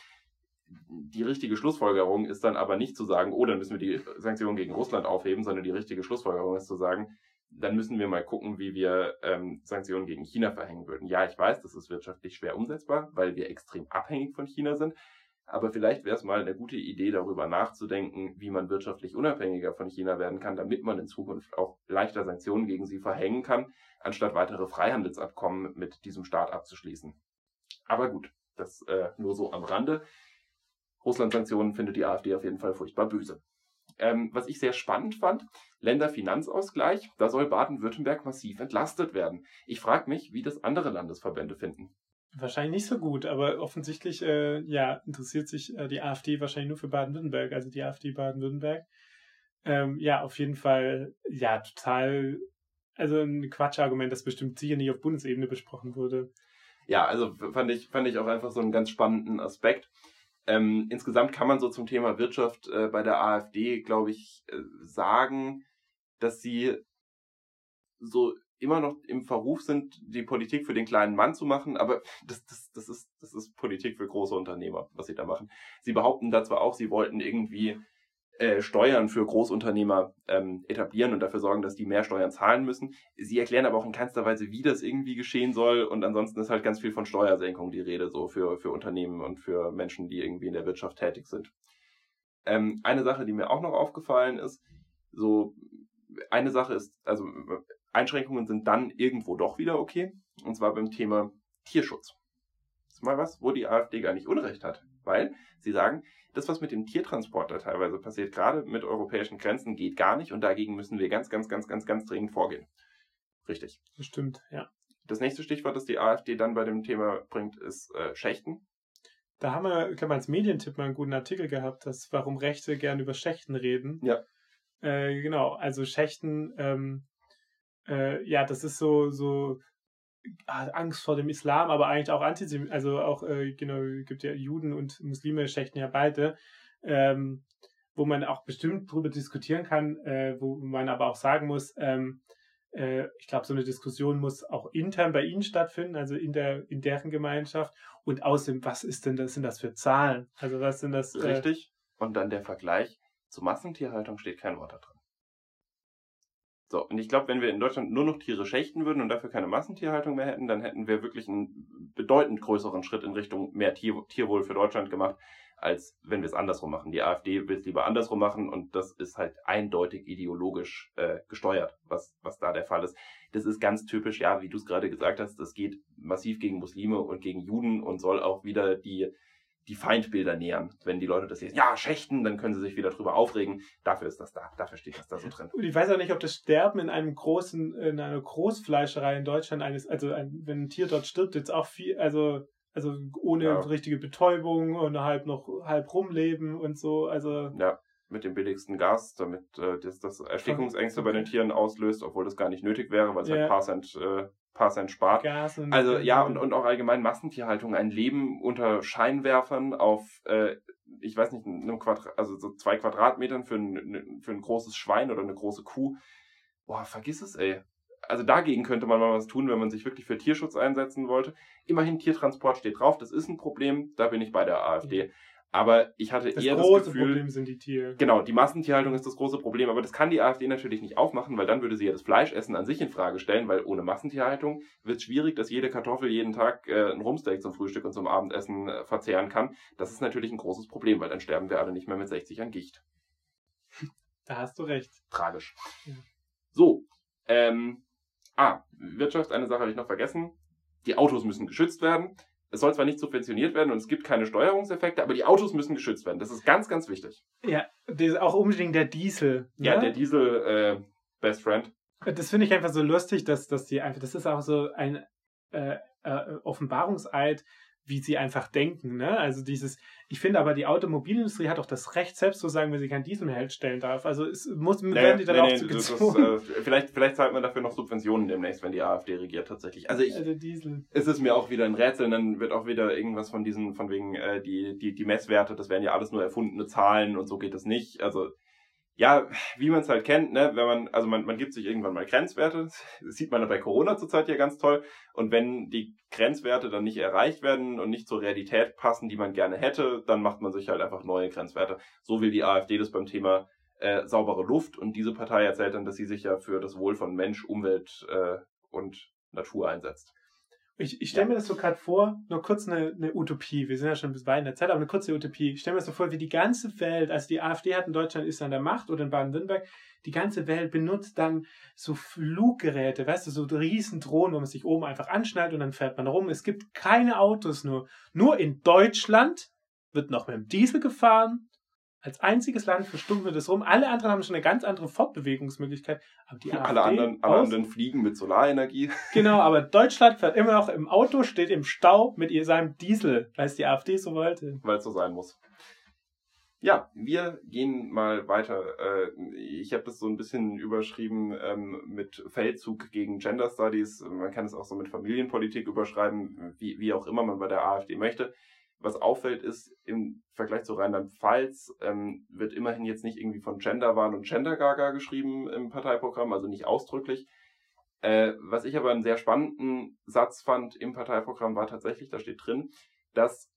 Die richtige Schlussfolgerung ist dann aber nicht zu sagen, dann müssen wir die Sanktionen gegen Russland aufheben, sondern die richtige Schlussfolgerung ist zu sagen, dann müssen wir mal gucken, wie wir Sanktionen gegen China verhängen würden. Ja, ich weiß, das ist wirtschaftlich schwer umsetzbar, weil wir extrem abhängig von China sind. Aber vielleicht wäre es mal eine gute Idee, darüber nachzudenken, wie man wirtschaftlich unabhängiger von China werden kann, damit man in Zukunft auch leichter Sanktionen gegen sie verhängen kann, anstatt weitere Freihandelsabkommen mit diesem Staat abzuschließen. Aber gut, das nur so am Rande. Russland-Sanktionen findet die AfD auf jeden Fall furchtbar böse. Was ich sehr spannend fand, Länderfinanzausgleich, da soll Baden-Württemberg massiv entlastet werden. Ich frage mich, wie das andere Landesverbände finden. Wahrscheinlich nicht so gut, aber offensichtlich interessiert sich die AfD wahrscheinlich nur für Baden-Württemberg, also die AfD Baden-Württemberg. Auf jeden Fall, total, also ein Quatschargument, das bestimmt sicher nicht auf Bundesebene besprochen wurde. Ja, also fand ich auch einfach so einen ganz spannenden Aspekt. Insgesamt kann man so zum Thema Wirtschaft bei der AfD, glaube ich, sagen, dass sie so immer noch im Verruf sind, die Politik für den kleinen Mann zu machen, aber das ist Politik für große Unternehmer, was sie da machen. Sie behaupten da zwar auch, sie wollten irgendwie Steuern für Großunternehmer etablieren und dafür sorgen, dass die mehr Steuern zahlen müssen. Sie erklären aber auch in keinster Weise, wie das irgendwie geschehen soll und ansonsten ist halt ganz viel von Steuersenkung die Rede, so für Unternehmen und für Menschen, die irgendwie in der Wirtschaft tätig sind. Eine Sache, die mir auch noch aufgefallen ist, also Einschränkungen sind dann irgendwo doch wieder okay, und zwar beim Thema Tierschutz. Das ist mal was, wo die AfD gar nicht Unrecht hat, weil sie sagen, das, was mit dem Tiertransport da teilweise passiert, gerade mit europäischen Grenzen, geht gar nicht und dagegen müssen wir ganz, ganz, ganz, ganz, ganz dringend vorgehen. Richtig. Das stimmt, ja. Das nächste Stichwort, das die AfD dann bei dem Thema bringt, ist Schächten. Da haben wir, ich glaube, als Medientipp mal einen guten Artikel gehabt, warum Rechte gern über Schächten reden. Ja. Genau, also Schächten, das ist so Angst vor dem Islam, aber eigentlich auch Antisemitismus, also auch, gibt ja Juden und Muslime schächten ja beide, wo man auch bestimmt drüber diskutieren kann, wo man aber auch sagen muss, ich glaube, so eine Diskussion muss auch intern bei ihnen stattfinden, also in deren Gemeinschaft und außerdem, was sind das für Zahlen? Also was sind das? Richtig. Und dann der Vergleich, zur Massentierhaltung steht kein Wort da drin. So, und ich glaube, wenn wir in Deutschland nur noch Tiere schächten würden und dafür keine Massentierhaltung mehr hätten, dann hätten wir wirklich einen bedeutend größeren Schritt in Richtung mehr Tierwohl für Deutschland gemacht, als wenn wir es andersrum machen. Die AfD will es lieber andersrum machen und das ist halt eindeutig ideologisch gesteuert, was da der Fall ist. Das ist ganz typisch, ja, wie du es gerade gesagt hast, das geht massiv gegen Muslime und gegen Juden und soll auch wieder die die Feindbilder nähern. Wenn die Leute das lesen, ja, Schächten, dann können sie sich wieder drüber aufregen. Dafür ist das da. Dafür steht das da so drin. Und ich weiß auch nicht, ob das Sterben in einer Großfleischerei in Deutschland wenn ein Tier dort stirbt, jetzt auch viel, also ohne richtige Betäubung und halb rumleben und so, also. Ja, mit dem billigsten Gas, damit das Erstickungsängste bei den Tieren auslöst, obwohl das gar nicht nötig wäre, weil es halt paar Cent spart. Also ja, und auch allgemein Massentierhaltung, ein Leben unter Scheinwerfern auf, ich weiß nicht, so 2 Quadratmetern für ein großes Schwein oder eine große Kuh. Boah, vergiss es, ey. Also dagegen könnte man mal was tun, wenn man sich wirklich für Tierschutz einsetzen wollte. Immerhin, Tiertransport steht drauf, das ist ein Problem, da bin ich bei der AfD. Ja. Aber ich hatte eher das Gefühl... Das große Problem sind die Tiere. Genau, die Massentierhaltung ist das große Problem, aber das kann die AfD natürlich nicht aufmachen, weil dann würde sie ja das Fleischessen an sich in Frage stellen, weil ohne Massentierhaltung wird es schwierig, dass jede Kartoffel jeden Tag ein Rumpsteak zum Frühstück und zum Abendessen verzehren kann. Das ist natürlich ein großes Problem, weil dann sterben wir alle nicht mehr mit 60 an Gicht. Da hast du recht. Tragisch. Ja. So, Wirtschaft, eine Sache habe ich noch vergessen. Die Autos müssen geschützt werden. Es soll zwar nicht subventioniert werden und es gibt keine Steuerungseffekte, aber die Autos müssen geschützt werden. Das ist ganz, ganz wichtig. Ja, das ist auch unbedingt der Diesel. Ne? Ja, der Diesel, Best Friend. Das finde ich einfach so lustig, dass die einfach, das ist auch so ein Offenbarungseid, wie sie einfach denken. Ne? Also ich finde aber, die Automobilindustrie hat auch das Recht, selbst zu sagen, wenn sie kein Diesel mehr herstellen darf. Also werden die dann auch zu gezwungen. Vielleicht zahlt man dafür noch Subventionen demnächst, wenn die AfD regiert tatsächlich. Also Diesel. Es ist mir auch wieder ein Rätsel, dann wird auch wieder irgendwas von wegen die Messwerte, das wären ja alles nur erfundene Zahlen und so geht es nicht. Also ja, wie man es halt kennt, ne, man gibt sich irgendwann mal Grenzwerte, das sieht man ja bei Corona zurzeit ja ganz toll, und wenn die Grenzwerte dann nicht erreicht werden und nicht zur Realität passen, die man gerne hätte, dann macht man sich halt einfach neue Grenzwerte. So will die AfD das beim Thema saubere Luft, und diese Partei erzählt dann, dass sie sich ja für das Wohl von Mensch, Umwelt und Natur einsetzt. Ich stelle mir das so gerade vor, nur kurz eine Utopie, wir sind ja schon bis weit in der Zeit, aber eine kurze Utopie. Ich stelle mir das so vor, wie die ganze Welt, also die AfD hat in Deutschland, ist an der Macht oder in Baden-Württemberg, die ganze Welt benutzt dann so Fluggeräte, weißt du, so riesen Drohnen, wo man sich oben einfach anschnallt und dann fährt man rum. Es gibt keine Autos nur in Deutschland wird noch mit dem Diesel gefahren. Als einziges Land verstummt wir das rum. Alle anderen haben schon eine ganz andere Fortbewegungsmöglichkeit. Aber die AfD alle anderen fliegen mit Solarenergie. Genau, aber Deutschland fährt immer noch im Auto, steht im Stau mit seinem Diesel, weil es die AfD so wollte. Weil es so sein muss. Ja, wir gehen mal weiter. Ich habe das so ein bisschen überschrieben mit Feldzug gegen Gender Studies. Man kann es auch so mit Familienpolitik überschreiben, wie auch immer man bei der AfD möchte. Was auffällt ist, im Vergleich zu Rheinland-Pfalz wird immerhin jetzt nicht irgendwie von Genderwahn und Gendergaga geschrieben im Parteiprogramm, also nicht ausdrücklich. Was ich aber einen sehr spannenden Satz fand im Parteiprogramm war tatsächlich, da steht drin, dass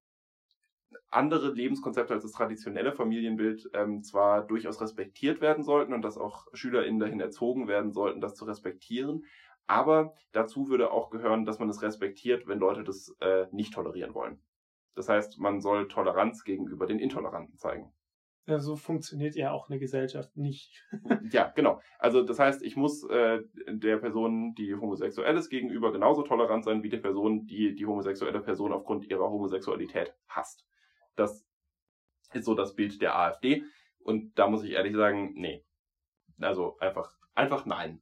andere Lebenskonzepte als das traditionelle Familienbild zwar durchaus respektiert werden sollten und dass auch SchülerInnen dahin erzogen werden sollten, das zu respektieren, aber dazu würde auch gehören, dass man es respektiert, wenn Leute das nicht tolerieren wollen. Das heißt, man soll Toleranz gegenüber den Intoleranten zeigen. Ja, so funktioniert ja auch eine Gesellschaft nicht. Ja, genau. Also das heißt, ich muss der Person, die homosexuell ist, gegenüber genauso tolerant sein, wie der Person, die homosexuelle Person aufgrund ihrer Homosexualität hasst. Das ist so das Bild der AfD. Und da muss ich ehrlich sagen, nee. Also einfach nein.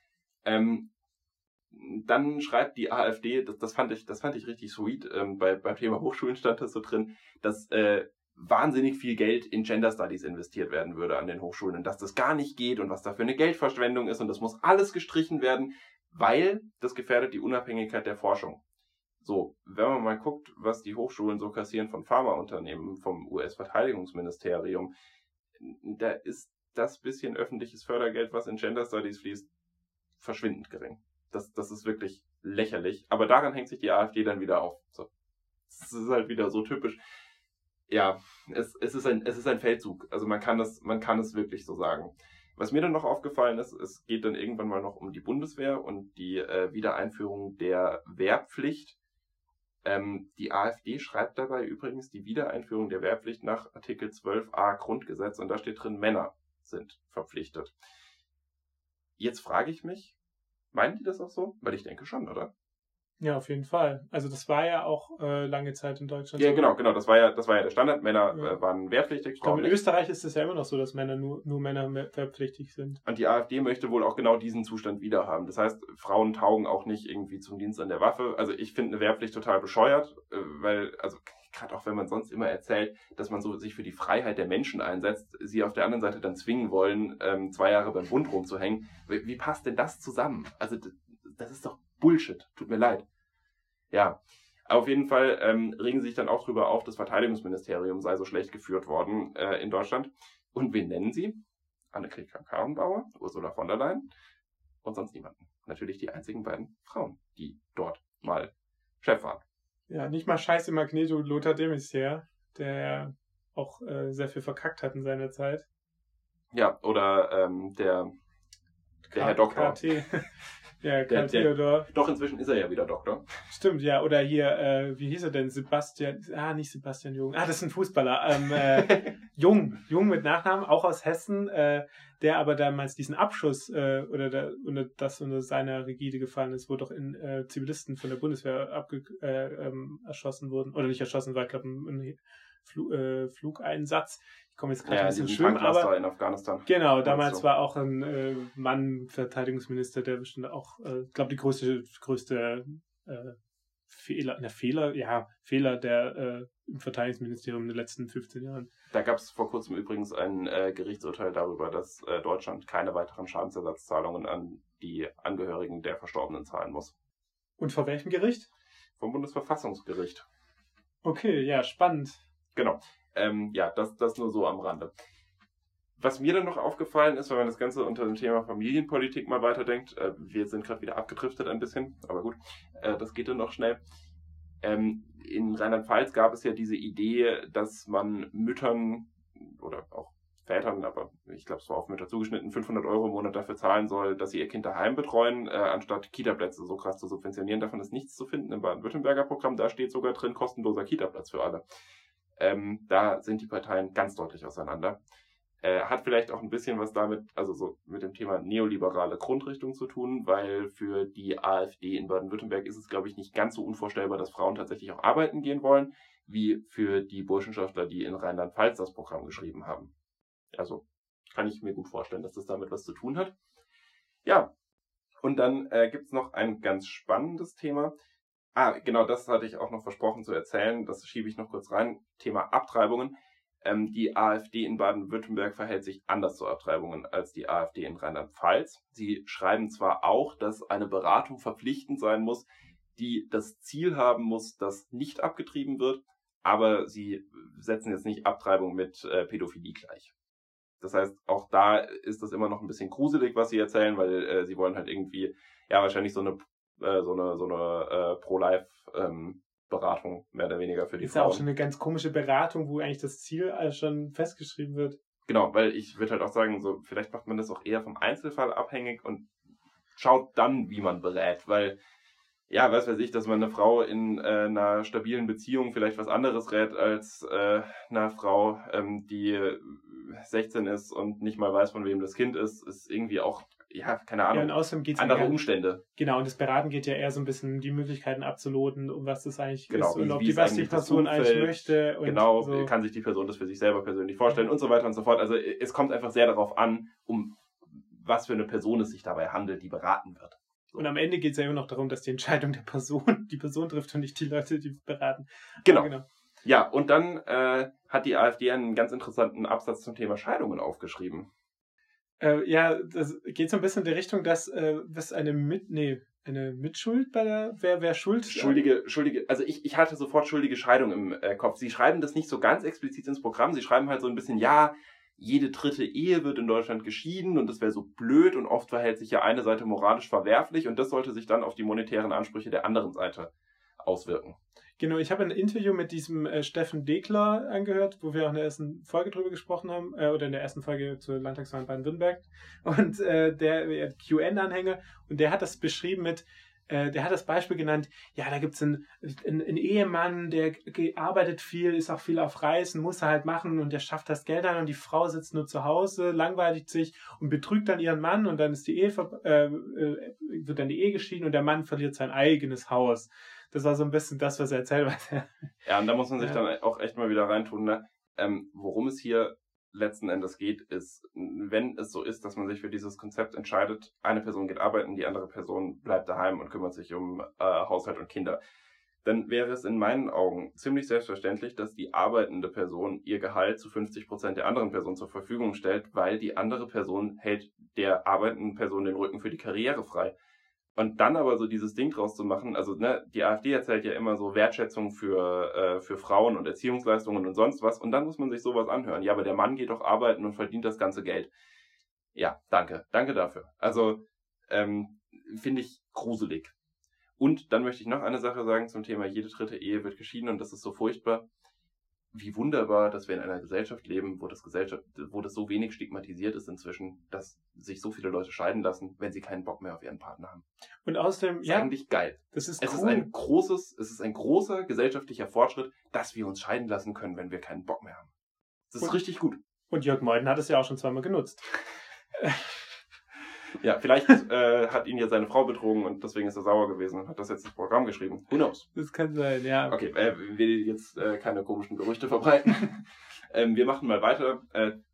Dann schreibt die AfD, das fand ich richtig sweet, beim Thema Hochschulen stand das so drin, dass wahnsinnig viel Geld in Gender Studies investiert werden würde an den Hochschulen und dass das gar nicht geht und was da für eine Geldverschwendung ist und das muss alles gestrichen werden, weil das gefährdet die Unabhängigkeit der Forschung. So, wenn man mal guckt, was die Hochschulen so kassieren von Pharmaunternehmen, vom US-Verteidigungsministerium, da ist das bisschen öffentliches Fördergeld, was in Gender Studies fließt, verschwindend gering. Das ist wirklich lächerlich. Aber daran hängt sich die AfD dann wieder auf. So. Das ist halt wieder so typisch. Ja, es ist ein Feldzug. Also man kann es wirklich so sagen. Was mir dann noch aufgefallen ist, es geht dann irgendwann mal noch um die Bundeswehr und die Wiedereinführung der Wehrpflicht. Die AfD schreibt dabei übrigens die Wiedereinführung der Wehrpflicht nach Artikel 12a Grundgesetz und da steht drin, Männer sind verpflichtet. Jetzt frage ich mich, meinen die das auch so? Weil ich denke schon, oder? Ja, auf jeden Fall. Also das war ja auch lange Zeit in Deutschland. Ja, so. genau. Das war ja der Standard. Männer Ja. waren wehrpflichtig, Ich glaube, Frauen in nicht. Österreich ist es ja immer noch so, dass Männer nur Männer wehrpflichtig sind. Und die AfD möchte wohl auch genau diesen Zustand wiederhaben. Das heißt, Frauen taugen auch nicht irgendwie zum Dienst an der Waffe. Also ich finde eine Wehrpflicht total bescheuert, weil, also gerade auch wenn man sonst immer erzählt, dass man so sich für die Freiheit der Menschen einsetzt, sie auf der anderen Seite dann zwingen wollen, 2 Jahre beim Bund rumzuhängen. Wie passt denn das zusammen? Also das ist doch Bullshit. Tut mir leid. Ja, auf jeden Fall regen sie sich dann auch drüber auf, das Verteidigungsministerium sei so schlecht geführt worden in Deutschland. Und wen nennen sie? Annegret Kramp-Karrenbauer, Ursula von der Leyen und sonst niemanden. Natürlich die einzigen beiden Frauen, die dort mal Chef waren. Ja, nicht mal scheiße Magneto Lothar de Maizière, der auch sehr viel verkackt hat in seiner Zeit. Ja, oder der Herr Doktor. KT. Ja, Der- Karl Theodor. Doch, inzwischen ist er ja wieder Doktor. Stimmt, ja. Oder hier, wie hieß er denn? Nicht Sebastian Jung. Das ist ein Fußballer. Jung mit Nachnamen, auch aus Hessen, der aber damals diesen Abschuss das unter seiner Rigide gefallen ist, wo doch Zivilisten von der Bundeswehr erschossen wurden. Oder nicht erschossen, war, glaube ich, ein Flugeinsatz. Ich komme jetzt gerade ein bisschen schlimm, aber in Afghanistan. genau, damals war auch ein Mann Verteidigungsminister, der bestimmt auch, glaube die größte Fehler der im Verteidigungsministerium in den letzten 15 Jahren. Da gab es vor kurzem übrigens ein Gerichtsurteil darüber, dass Deutschland keine weiteren Schadensersatzzahlungen an die Angehörigen der Verstorbenen zahlen muss. Und vor welchem Gericht? Vom Bundesverfassungsgericht. Okay, ja, spannend. Genau. Das nur so am Rande. Was mir dann noch aufgefallen ist, wenn man das Ganze unter dem Thema Familienpolitik mal weiterdenkt, wir sind gerade wieder abgedriftet ein bisschen, aber gut, das geht dann noch schnell. In Rheinland-Pfalz gab es ja diese Idee, dass man Müttern oder auch Vätern, aber ich glaube, es war auf Mütter zugeschnitten, 500 € im Monat dafür zahlen soll, dass sie ihr Kind daheim betreuen, anstatt Kita-Plätze so krass zu subventionieren. Davon ist nichts zu finden im Baden-Württemberger Programm. Da steht sogar drin, kostenloser Kita-Platz für alle. Da sind die Parteien ganz deutlich auseinander. Hat vielleicht auch ein bisschen was damit, also so mit dem Thema neoliberale Grundrichtung zu tun, weil für die AfD in Baden-Württemberg ist es, glaube ich, nicht ganz so unvorstellbar, dass Frauen tatsächlich auch arbeiten gehen wollen, wie für die Burschenschaftler, die in Rheinland-Pfalz das Programm geschrieben haben. Also kann ich mir gut vorstellen, dass das damit was zu tun hat. Ja, und dann gibt's noch ein ganz spannendes Thema. Genau, das hatte ich auch noch versprochen zu erzählen. Das schiebe ich noch kurz rein. Thema Abtreibungen. Die AfD in Baden-Württemberg verhält sich anders zu Abtreibungen als die AfD in Rheinland-Pfalz. Sie schreiben zwar auch, dass eine Beratung verpflichtend sein muss, die das Ziel haben muss, dass nicht abgetrieben wird, aber sie setzen jetzt nicht Abtreibung mit Pädophilie gleich. Das heißt, auch da ist das immer noch ein bisschen gruselig, was sie erzählen, weil sie wollen halt irgendwie, ja, wahrscheinlich so eine Pro-Life-Beratung mehr oder weniger für die Ist Frauen. ja auch schon eine ganz komische Beratung, wo eigentlich das Ziel schon festgeschrieben wird. Genau, weil ich würde halt auch sagen, so vielleicht macht man das auch eher vom Einzelfall abhängig und schaut dann, wie man berät, weil, ja, was weiß ich, dass man eine Frau in einer stabilen Beziehung vielleicht was anderes rät als eine Frau, die 16 ist und nicht mal weiß, von wem das Kind ist irgendwie auch, ja, keine Ahnung, und außerdem geht's andere Umstände. Genau, und das Beraten geht ja eher so ein bisschen die Möglichkeiten abzuloten, um was das eigentlich Genau, ist und wie was die eigentlich das Person eigentlich Umfeld, möchte. Und genau, so. kann sich die Person das für sich selber persönlich vorstellen und so weiter und so fort. Also es kommt einfach sehr darauf an, um was für eine Person es sich dabei handelt, die beraten wird. So. Und am Ende geht es ja immer noch darum, dass die Entscheidung die Person trifft und nicht die Leute, die beraten. Genau. Ja, und dann hat die AfD einen ganz interessanten Absatz zum Thema Scheidungen aufgeschrieben. Das geht so ein bisschen in die Richtung, dass eine Mitschuld bei der, wer Schuld? Schuldige, also ich hatte sofort schuldige Scheidung im Kopf. Sie schreiben das nicht so ganz explizit ins Programm, sie schreiben halt so ein bisschen, ja, jede dritte Ehe wird in Deutschland geschieden und das wäre so blöd und oft verhält sich ja eine Seite moralisch verwerflich und das sollte sich dann auf die monetären Ansprüche der anderen Seite auswirken. Genau, ich habe ein Interview mit diesem Steffen Dekler angehört, wo wir auch in der ersten Folge drüber gesprochen haben, oder in der ersten Folge zur Landtagswahl in Baden-Württemberg. Und der QN-Anhänger, und der hat das beschrieben mit, der hat das Beispiel genannt, ja, da gibt's einen Ehemann, der arbeitet viel, ist auch viel auf Reisen, muss er halt machen und der schafft das Geld an und die Frau sitzt nur zu Hause, langweiligt sich und betrügt dann ihren Mann und dann ist wird dann die Ehe geschieden und der Mann verliert sein eigenes Haus. Das war so ein bisschen das, was er erzählt hat. Ja, und da muss man sich dann auch echt mal wieder reintun, ne? Worum es hier letzten Endes geht, ist, wenn es so ist, dass man sich für dieses Konzept entscheidet, eine Person geht arbeiten, die andere Person bleibt daheim und kümmert sich um Haushalt und Kinder, dann wäre es in meinen Augen ziemlich selbstverständlich, dass die arbeitende Person ihr Gehalt zu 50% der anderen Person zur Verfügung stellt, weil die andere Person hält der arbeitenden Person den Rücken für die Karriere frei. Und dann aber so dieses Ding draus zu machen, also ne, die AfD erzählt ja immer so Wertschätzung für Frauen und Erziehungsleistungen und sonst was, und dann muss man sich sowas anhören. Ja, aber der Mann geht doch arbeiten und verdient das ganze Geld. Ja, danke dafür. Also finde ich gruselig. Und dann möchte ich noch eine Sache sagen zum Thema jede dritte Ehe wird geschieden, und das ist so furchtbar. Wie wunderbar, dass wir in einer Gesellschaft leben, wo das so wenig stigmatisiert ist inzwischen, dass sich so viele Leute scheiden lassen, wenn sie keinen Bock mehr auf ihren Partner haben. Und außerdem, das ist eigentlich geil. Das ist cool. Es ist ein großer gesellschaftlicher Fortschritt, dass wir uns scheiden lassen können, wenn wir keinen Bock mehr haben. Das ist richtig gut. Und Jörg Meuthen hat es ja auch schon zweimal genutzt. Ja, vielleicht hat ihn ja seine Frau betrogen und deswegen ist er sauer gewesen und hat das jetzt ins Programm geschrieben. Who knows? Das kann sein, ja. Okay, will jetzt keine komischen Gerüchte verbreiten. Wir machen mal weiter.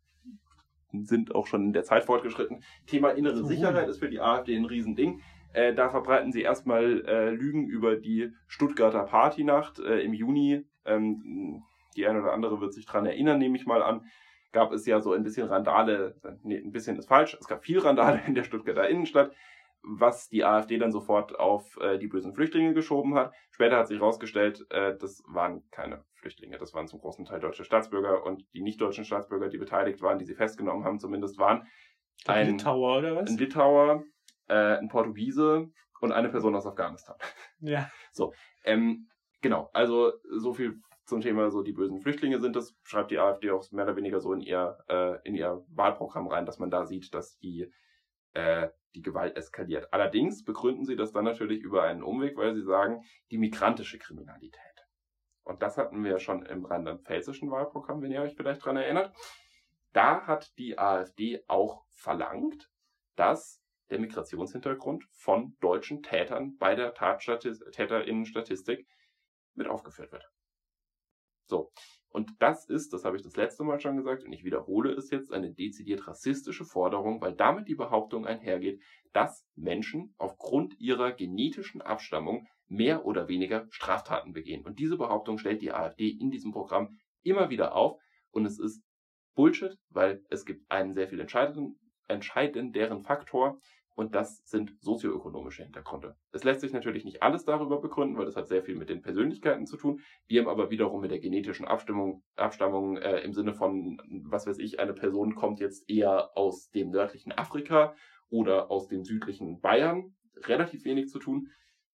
Sind auch schon in der Zeit fortgeschritten. Thema innere Sicherheit ist für die AfD ein Riesending. Da verbreiten sie erstmal Lügen über die Stuttgarter Partynacht im Juni. Die eine oder andere wird sich dran erinnern, nehme ich mal an. Gab es ja so ein bisschen Randale, ein bisschen ist falsch, es gab viel Randale in der Stuttgarter Innenstadt, was die AfD dann sofort auf die bösen Flüchtlinge geschoben hat. Später hat sich herausgestellt, das waren keine Flüchtlinge, das waren zum großen Teil deutsche Staatsbürger, und die nicht deutschen Staatsbürger, die beteiligt waren, die sie festgenommen haben, zumindest waren ein Litauer oder was? Ein Litauer, ein Portugiese und eine Person aus Afghanistan. Ja. So, genau, also so viel zum Thema, so die bösen Flüchtlinge sind das, schreibt die AfD auch mehr oder weniger so in ihr Wahlprogramm rein, dass man da sieht, dass die Gewalt eskaliert. Allerdings begründen sie das dann natürlich über einen Umweg, weil sie sagen, die migrantische Kriminalität. Und das hatten wir ja schon im rheinland-pfälzischen Wahlprogramm, wenn ihr euch vielleicht dran erinnert. Da hat die AfD auch verlangt, dass der Migrationshintergrund von deutschen Tätern bei der Täterinnenstatistik mit aufgeführt wird. So, und das habe ich das letzte Mal schon gesagt und ich wiederhole es jetzt, eine dezidiert rassistische Forderung, weil damit die Behauptung einhergeht, dass Menschen aufgrund ihrer genetischen Abstammung mehr oder weniger Straftaten begehen. Und diese Behauptung stellt die AfD in diesem Programm immer wieder auf, und es ist Bullshit, weil es gibt einen sehr viel entscheidenderen Faktor, und das sind sozioökonomische Hintergründe. Es lässt sich natürlich nicht alles darüber begründen, weil das hat sehr viel mit den Persönlichkeiten zu tun. Die haben aber wiederum mit der genetischen Abstammung im Sinne von, was weiß ich, eine Person kommt jetzt eher aus dem nördlichen Afrika oder aus dem südlichen Bayern, relativ wenig zu tun.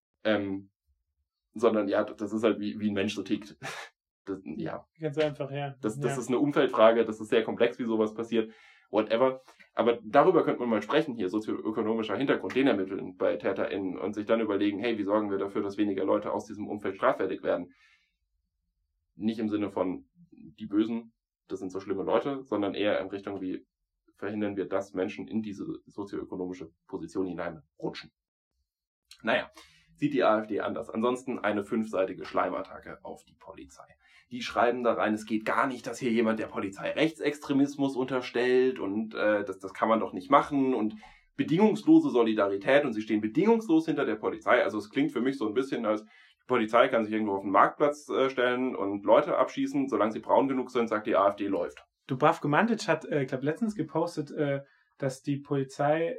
Sondern ja, das ist halt wie ein Mensch so tickt. Ja. Ganz einfach, ja. Das ist eine Umfeldfrage, das ist sehr komplex, wie sowas passiert. Whatever. Aber darüber könnte man mal sprechen hier, sozioökonomischer Hintergrund, den ermitteln bei TäterInnen und sich dann überlegen, hey, wie sorgen wir dafür, dass weniger Leute aus diesem Umfeld straffällig werden? Nicht im Sinne von, die Bösen, das sind so schlimme Leute, sondern eher in Richtung, wie verhindern wir, dass Menschen in diese sozioökonomische Position hineinrutschen. Naja, sieht die AfD anders. Ansonsten eine 5-seitige Schleimattacke auf die Polizei. Die schreiben da rein, es geht gar nicht, dass hier jemand der Polizei Rechtsextremismus unterstellt und das kann man doch nicht machen und bedingungslose Solidarität, und sie stehen bedingungslos hinter der Polizei. Also es klingt für mich so ein bisschen, als die Polizei kann sich irgendwo auf den Marktplatz stellen und Leute abschießen, solange sie braun genug sind, sagt die AfD, läuft. Dubravko Mandic hat, ich glaube, letztens gepostet, dass die Polizei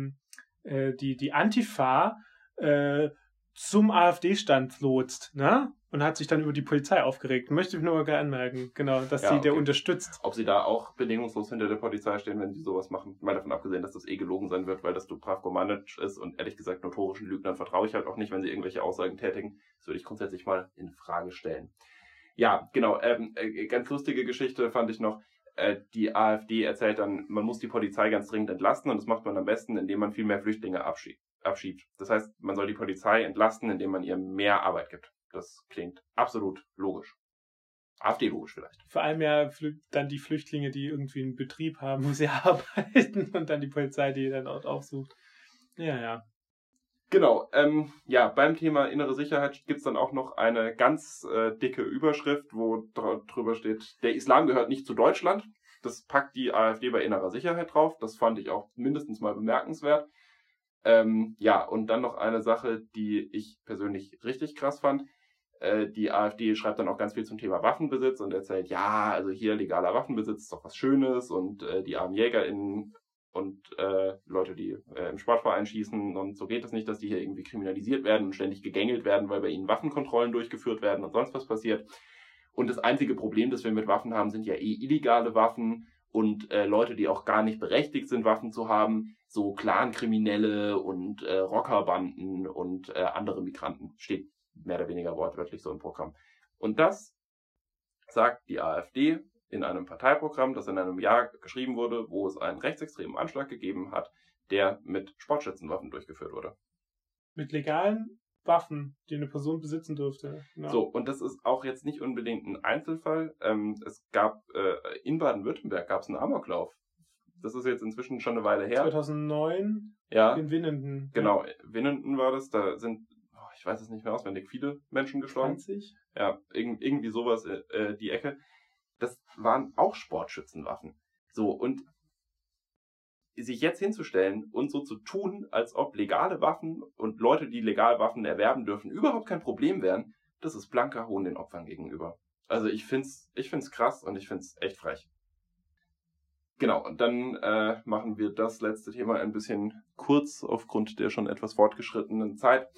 die Antifa zum AfD-Stand lotst, ne? Und hat sich dann über die Polizei aufgeregt. Möchte ich nur mal anmerken, genau, dass ja, sie der unterstützt. Ob sie da auch bedingungslos hinter der Polizei stehen, wenn sie sowas machen, mal davon abgesehen, dass das gelogen sein wird, weil das Dubravko Mandic ist, und ehrlich gesagt notorischen Lügnern vertraue ich halt auch nicht, wenn sie irgendwelche Aussagen tätigen. Das würde ich grundsätzlich mal in Frage stellen. Ja, genau, ganz lustige Geschichte fand ich noch. Die AfD erzählt dann, man muss die Polizei ganz dringend entlasten, und das macht man am besten, indem man viel mehr Flüchtlinge abschiebt. Das heißt, man soll die Polizei entlasten, indem man ihr mehr Arbeit gibt. Das klingt absolut logisch. AfD-logisch vielleicht. Vor allem ja dann die Flüchtlinge, die irgendwie einen Betrieb haben, wo sie arbeiten und dann die Polizei, die dann dort aufsucht. Ja. Genau, beim Thema innere Sicherheit gibt es dann auch noch eine ganz dicke Überschrift, wo drüber steht, der Islam gehört nicht zu Deutschland. Das packt die AfD bei innerer Sicherheit drauf. Das fand ich auch mindestens mal bemerkenswert. Und dann noch eine Sache, die ich persönlich richtig krass fand. Die AfD schreibt dann auch ganz viel zum Thema Waffenbesitz und erzählt, ja, also hier legaler Waffenbesitz ist doch was Schönes und die armen JägerInnen und Leute, die im Sportverein schießen und so geht es nicht, dass die hier irgendwie kriminalisiert werden und ständig gegängelt werden, weil bei ihnen Waffenkontrollen durchgeführt werden und sonst was passiert. Und das einzige Problem, das wir mit Waffen haben, sind ja illegale Waffen und Leute, die auch gar nicht berechtigt sind, Waffen zu haben, so Clankriminelle und Rockerbanden und andere Migranten. Steht mehr oder weniger wortwörtlich so im Programm. Und das sagt die AfD in einem Parteiprogramm, das in einem Jahr geschrieben wurde, wo es einen rechtsextremen Anschlag gegeben hat, der mit Sportschützenwaffen durchgeführt wurde. Mit legalen Waffen, die eine Person besitzen dürfte. Genau. So, und das ist auch jetzt nicht unbedingt ein Einzelfall. Es gab in Baden-Württemberg gab es einen Amoklauf. Das ist jetzt inzwischen schon eine Weile her. 2009 in Winnenden. Genau, Winnenden war das. Da sind, ich weiß es nicht mehr auswendig, viele Menschen gestorben. 20? Ja, irgendwie sowas, die Ecke. Das waren auch Sportschützenwaffen. So, und sich jetzt hinzustellen und so zu tun, als ob legale Waffen und Leute, die legal Waffen erwerben dürfen, überhaupt kein Problem wären, das ist blanker Hohn den Opfern gegenüber. Also ich find's krass und ich find's echt frech. Genau, und dann machen wir das letzte Thema ein bisschen kurz aufgrund der schon etwas fortgeschrittenen Zeit.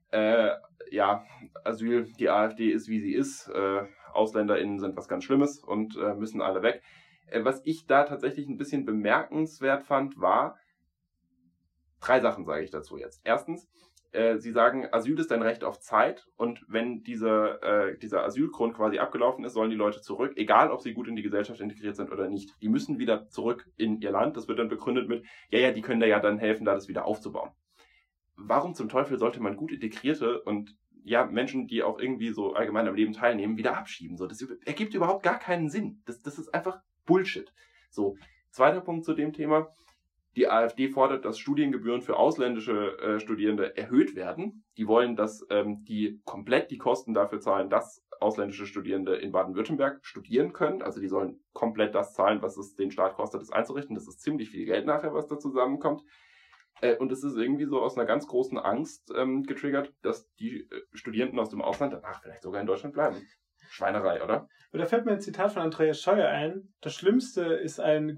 Asyl, die AfD ist, wie sie ist. AusländerInnen sind was ganz Schlimmes und müssen alle weg. Was ich da tatsächlich ein bisschen bemerkenswert fand, war 3 Sachen, sage ich dazu jetzt. Erstens, sie sagen, Asyl ist ein Recht auf Zeit und wenn dieser Asylgrund quasi abgelaufen ist, sollen die Leute zurück, egal ob sie gut in die Gesellschaft integriert sind oder nicht. Die müssen wieder zurück in ihr Land. Das wird dann begründet mit, die können da ja dann helfen, da das wieder aufzubauen. Warum zum Teufel sollte man gut integrierte und Menschen, die auch irgendwie so allgemein am Leben teilnehmen, wieder abschieben? So, das ergibt überhaupt gar keinen Sinn. Das ist einfach Bullshit. So, zweiter Punkt zu dem Thema. Die AfD fordert, dass Studiengebühren für ausländische Studierende erhöht werden. Die wollen, dass die komplett die Kosten dafür zahlen, dass ausländische Studierende in Baden-Württemberg studieren können. Also die sollen komplett das zahlen, was es den Staat kostet, das einzurichten. Das ist ziemlich viel Geld nachher, was da zusammenkommt. Und es ist irgendwie so aus einer ganz großen Angst getriggert, dass die Studierenden aus dem Ausland danach vielleicht sogar in Deutschland bleiben. Schweinerei, oder? Und da fällt mir ein Zitat von Andreas Scheuer ein. Das Schlimmste ist ein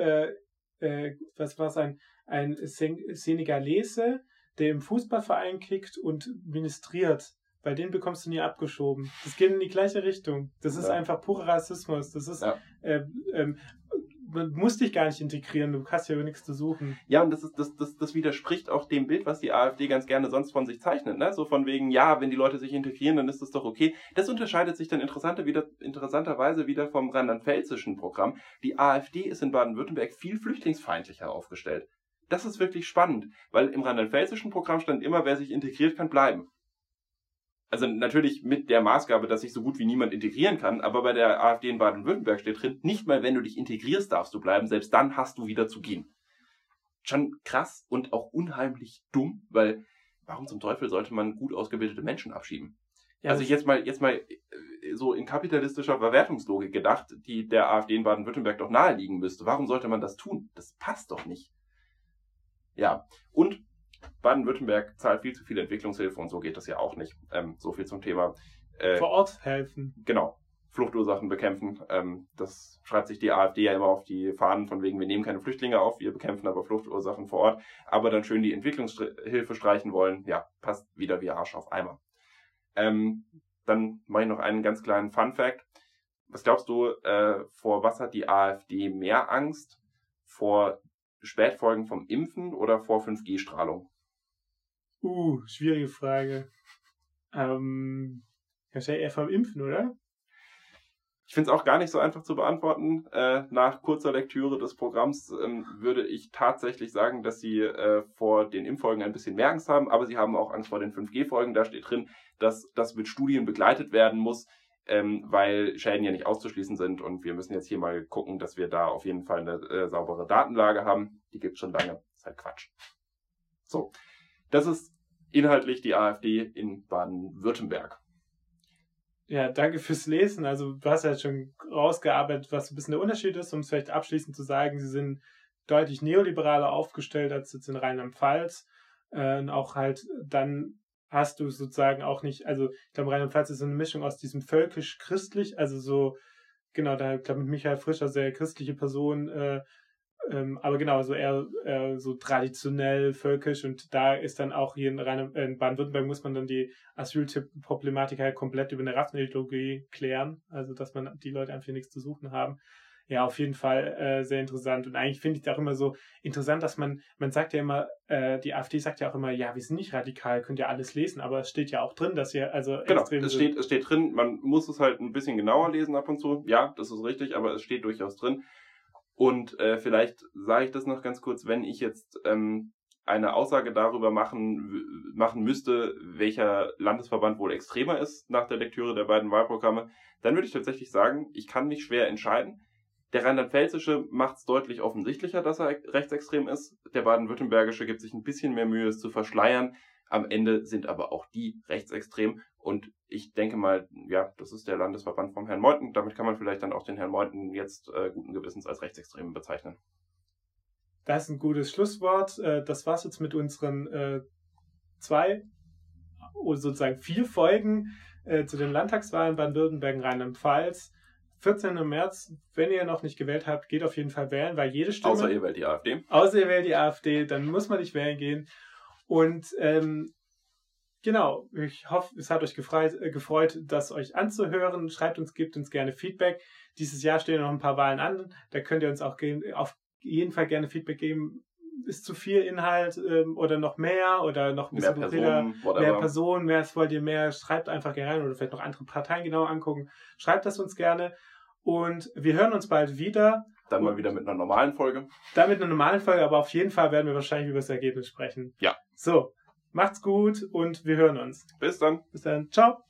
Senegalese, der im Fußballverein kickt und ministriert. Bei denen bekommst du nie abgeschoben. Das geht in die gleiche Richtung. Das ist einfach purer Rassismus. Das ist, man muss dich gar nicht integrieren, du hast ja nichts zu suchen. Ja, und das widerspricht auch dem Bild, was die AfD ganz gerne sonst von sich zeichnet, ne? So von wegen, wenn die Leute sich integrieren, dann ist das doch okay. Das unterscheidet sich dann interessanterweise wieder vom rheinland-pfälzischen Programm. Die AfD ist in Baden-Württemberg viel flüchtlingsfeindlicher aufgestellt. Das ist wirklich spannend, weil im rheinland-pfälzischen Programm stand immer, wer sich integriert, kann bleiben. Also natürlich mit der Maßgabe, dass sich so gut wie niemand integrieren kann, aber bei der AfD in Baden-Württemberg steht drin, nicht mal wenn du dich integrierst, darfst du bleiben, selbst dann hast du wieder zu gehen. Schon krass und auch unheimlich dumm, weil warum zum Teufel sollte man gut ausgebildete Menschen abschieben? Ja, also jetzt mal so in kapitalistischer Verwertungslogik gedacht, die der AfD in Baden-Württemberg doch naheliegen müsste. Warum sollte man das tun? Das passt doch nicht. Ja, und Baden-Württemberg zahlt viel zu viel Entwicklungshilfe und so geht das ja auch nicht. So viel zum Thema vor Ort helfen. Genau, Fluchtursachen bekämpfen. Das schreibt sich die AfD ja immer auf die Fahnen von wegen, wir nehmen keine Flüchtlinge auf, wir bekämpfen aber Fluchtursachen vor Ort. Aber dann schön die Entwicklungshilfe streichen wollen, passt wieder wie Arsch auf Eimer. Dann mache ich noch einen ganz kleinen Fun-Fact. Was glaubst du, vor was hat die AfD mehr Angst? Vor Spätfolgen vom Impfen oder vor 5G-Strahlung? Schwierige Frage. Wahrscheinlich eher vom Impfen, oder? Ich finde es auch gar nicht so einfach zu beantworten. Nach kurzer Lektüre des Programms würde ich tatsächlich sagen, dass sie vor den Impffolgen ein bisschen mehr Angst haben, aber sie haben auch Angst vor den 5G-Folgen. Da steht drin, dass das mit Studien begleitet werden muss, weil Schäden ja nicht auszuschließen sind. Und wir müssen jetzt hier mal gucken, dass wir da auf jeden Fall eine saubere Datenlage haben. Die gibt es schon lange. Ist halt Quatsch. So, das ist inhaltlich die AfD in Baden-Württemberg. Ja, danke fürs Lesen. Also du hast ja schon rausgearbeitet, was ein bisschen der Unterschied ist, um es vielleicht abschließend zu sagen, sie sind deutlich neoliberaler aufgestellt als jetzt in Rheinland-Pfalz. Und auch halt dann hast du sozusagen auch nicht, also ich glaube Rheinland-Pfalz ist so eine Mischung aus diesem völkisch-christlich, also so, genau, da glaube ich mit Michael Frischer, sehr christliche Person, aber genau, so eher so traditionell völkisch, und da ist dann auch hier in Baden-Württemberg muss man dann die Asylproblematik halt komplett über eine Rassenideologie klären, also dass man die Leute einfach nichts zu suchen haben. Ja, auf jeden Fall sehr interessant, und eigentlich finde ich es auch immer so interessant, dass man sagt ja immer, die AfD sagt ja auch immer, ja, wir sind nicht radikal, könnt ihr alles lesen, aber es steht ja auch drin, dass ihr also genau, es steht drin, man muss es halt ein bisschen genauer lesen ab und zu, ja, das ist richtig, aber es steht durchaus drin. Und vielleicht sage ich das noch ganz kurz, wenn ich jetzt eine Aussage darüber machen müsste, welcher Landesverband wohl extremer ist nach der Lektüre der beiden Wahlprogramme, dann würde ich tatsächlich sagen, ich kann mich schwer entscheiden. Der rheinland-pfälzische macht es deutlich offensichtlicher, dass er rechtsextrem ist. Der baden-württembergische gibt sich ein bisschen mehr Mühe, es zu verschleiern. Am Ende sind aber auch die rechtsextrem. Und ich denke mal, ja, das ist der Landesverband vom Herrn Meuthen. Damit kann man vielleicht dann auch den Herrn Meuthen jetzt guten Gewissens als Rechtsextremen bezeichnen. Das ist ein gutes Schlusswort. Das war's jetzt mit unseren 2 oder sozusagen 4 Folgen zu den Landtagswahlen Baden-Württemberg und Rheinland-Pfalz. 14. März, wenn ihr noch nicht gewählt habt, geht auf jeden Fall wählen, weil jede Stimme... Außer ihr wählt die AfD. Außer ihr wählt die AfD, dann muss man nicht wählen gehen. Und genau, ich hoffe, es hat euch gefreut, das euch anzuhören. Schreibt uns, gebt uns gerne Feedback. Dieses Jahr stehen noch ein paar Wahlen an. Da könnt ihr uns auch auf jeden Fall gerne Feedback geben. Ist zu viel Inhalt oder noch mehr oder noch ein bisschen mehr Personen, was wollt ihr mehr? Schreibt einfach gerne rein oder vielleicht noch andere Parteien genauer angucken. Schreibt das uns gerne. Und wir hören uns bald wieder. Dann mal wieder mit einer normalen Folge. Dann mit einer normalen Folge, aber auf jeden Fall werden wir wahrscheinlich über das Ergebnis sprechen. Ja. So, macht's gut und wir hören uns. Bis dann. Bis dann. Ciao.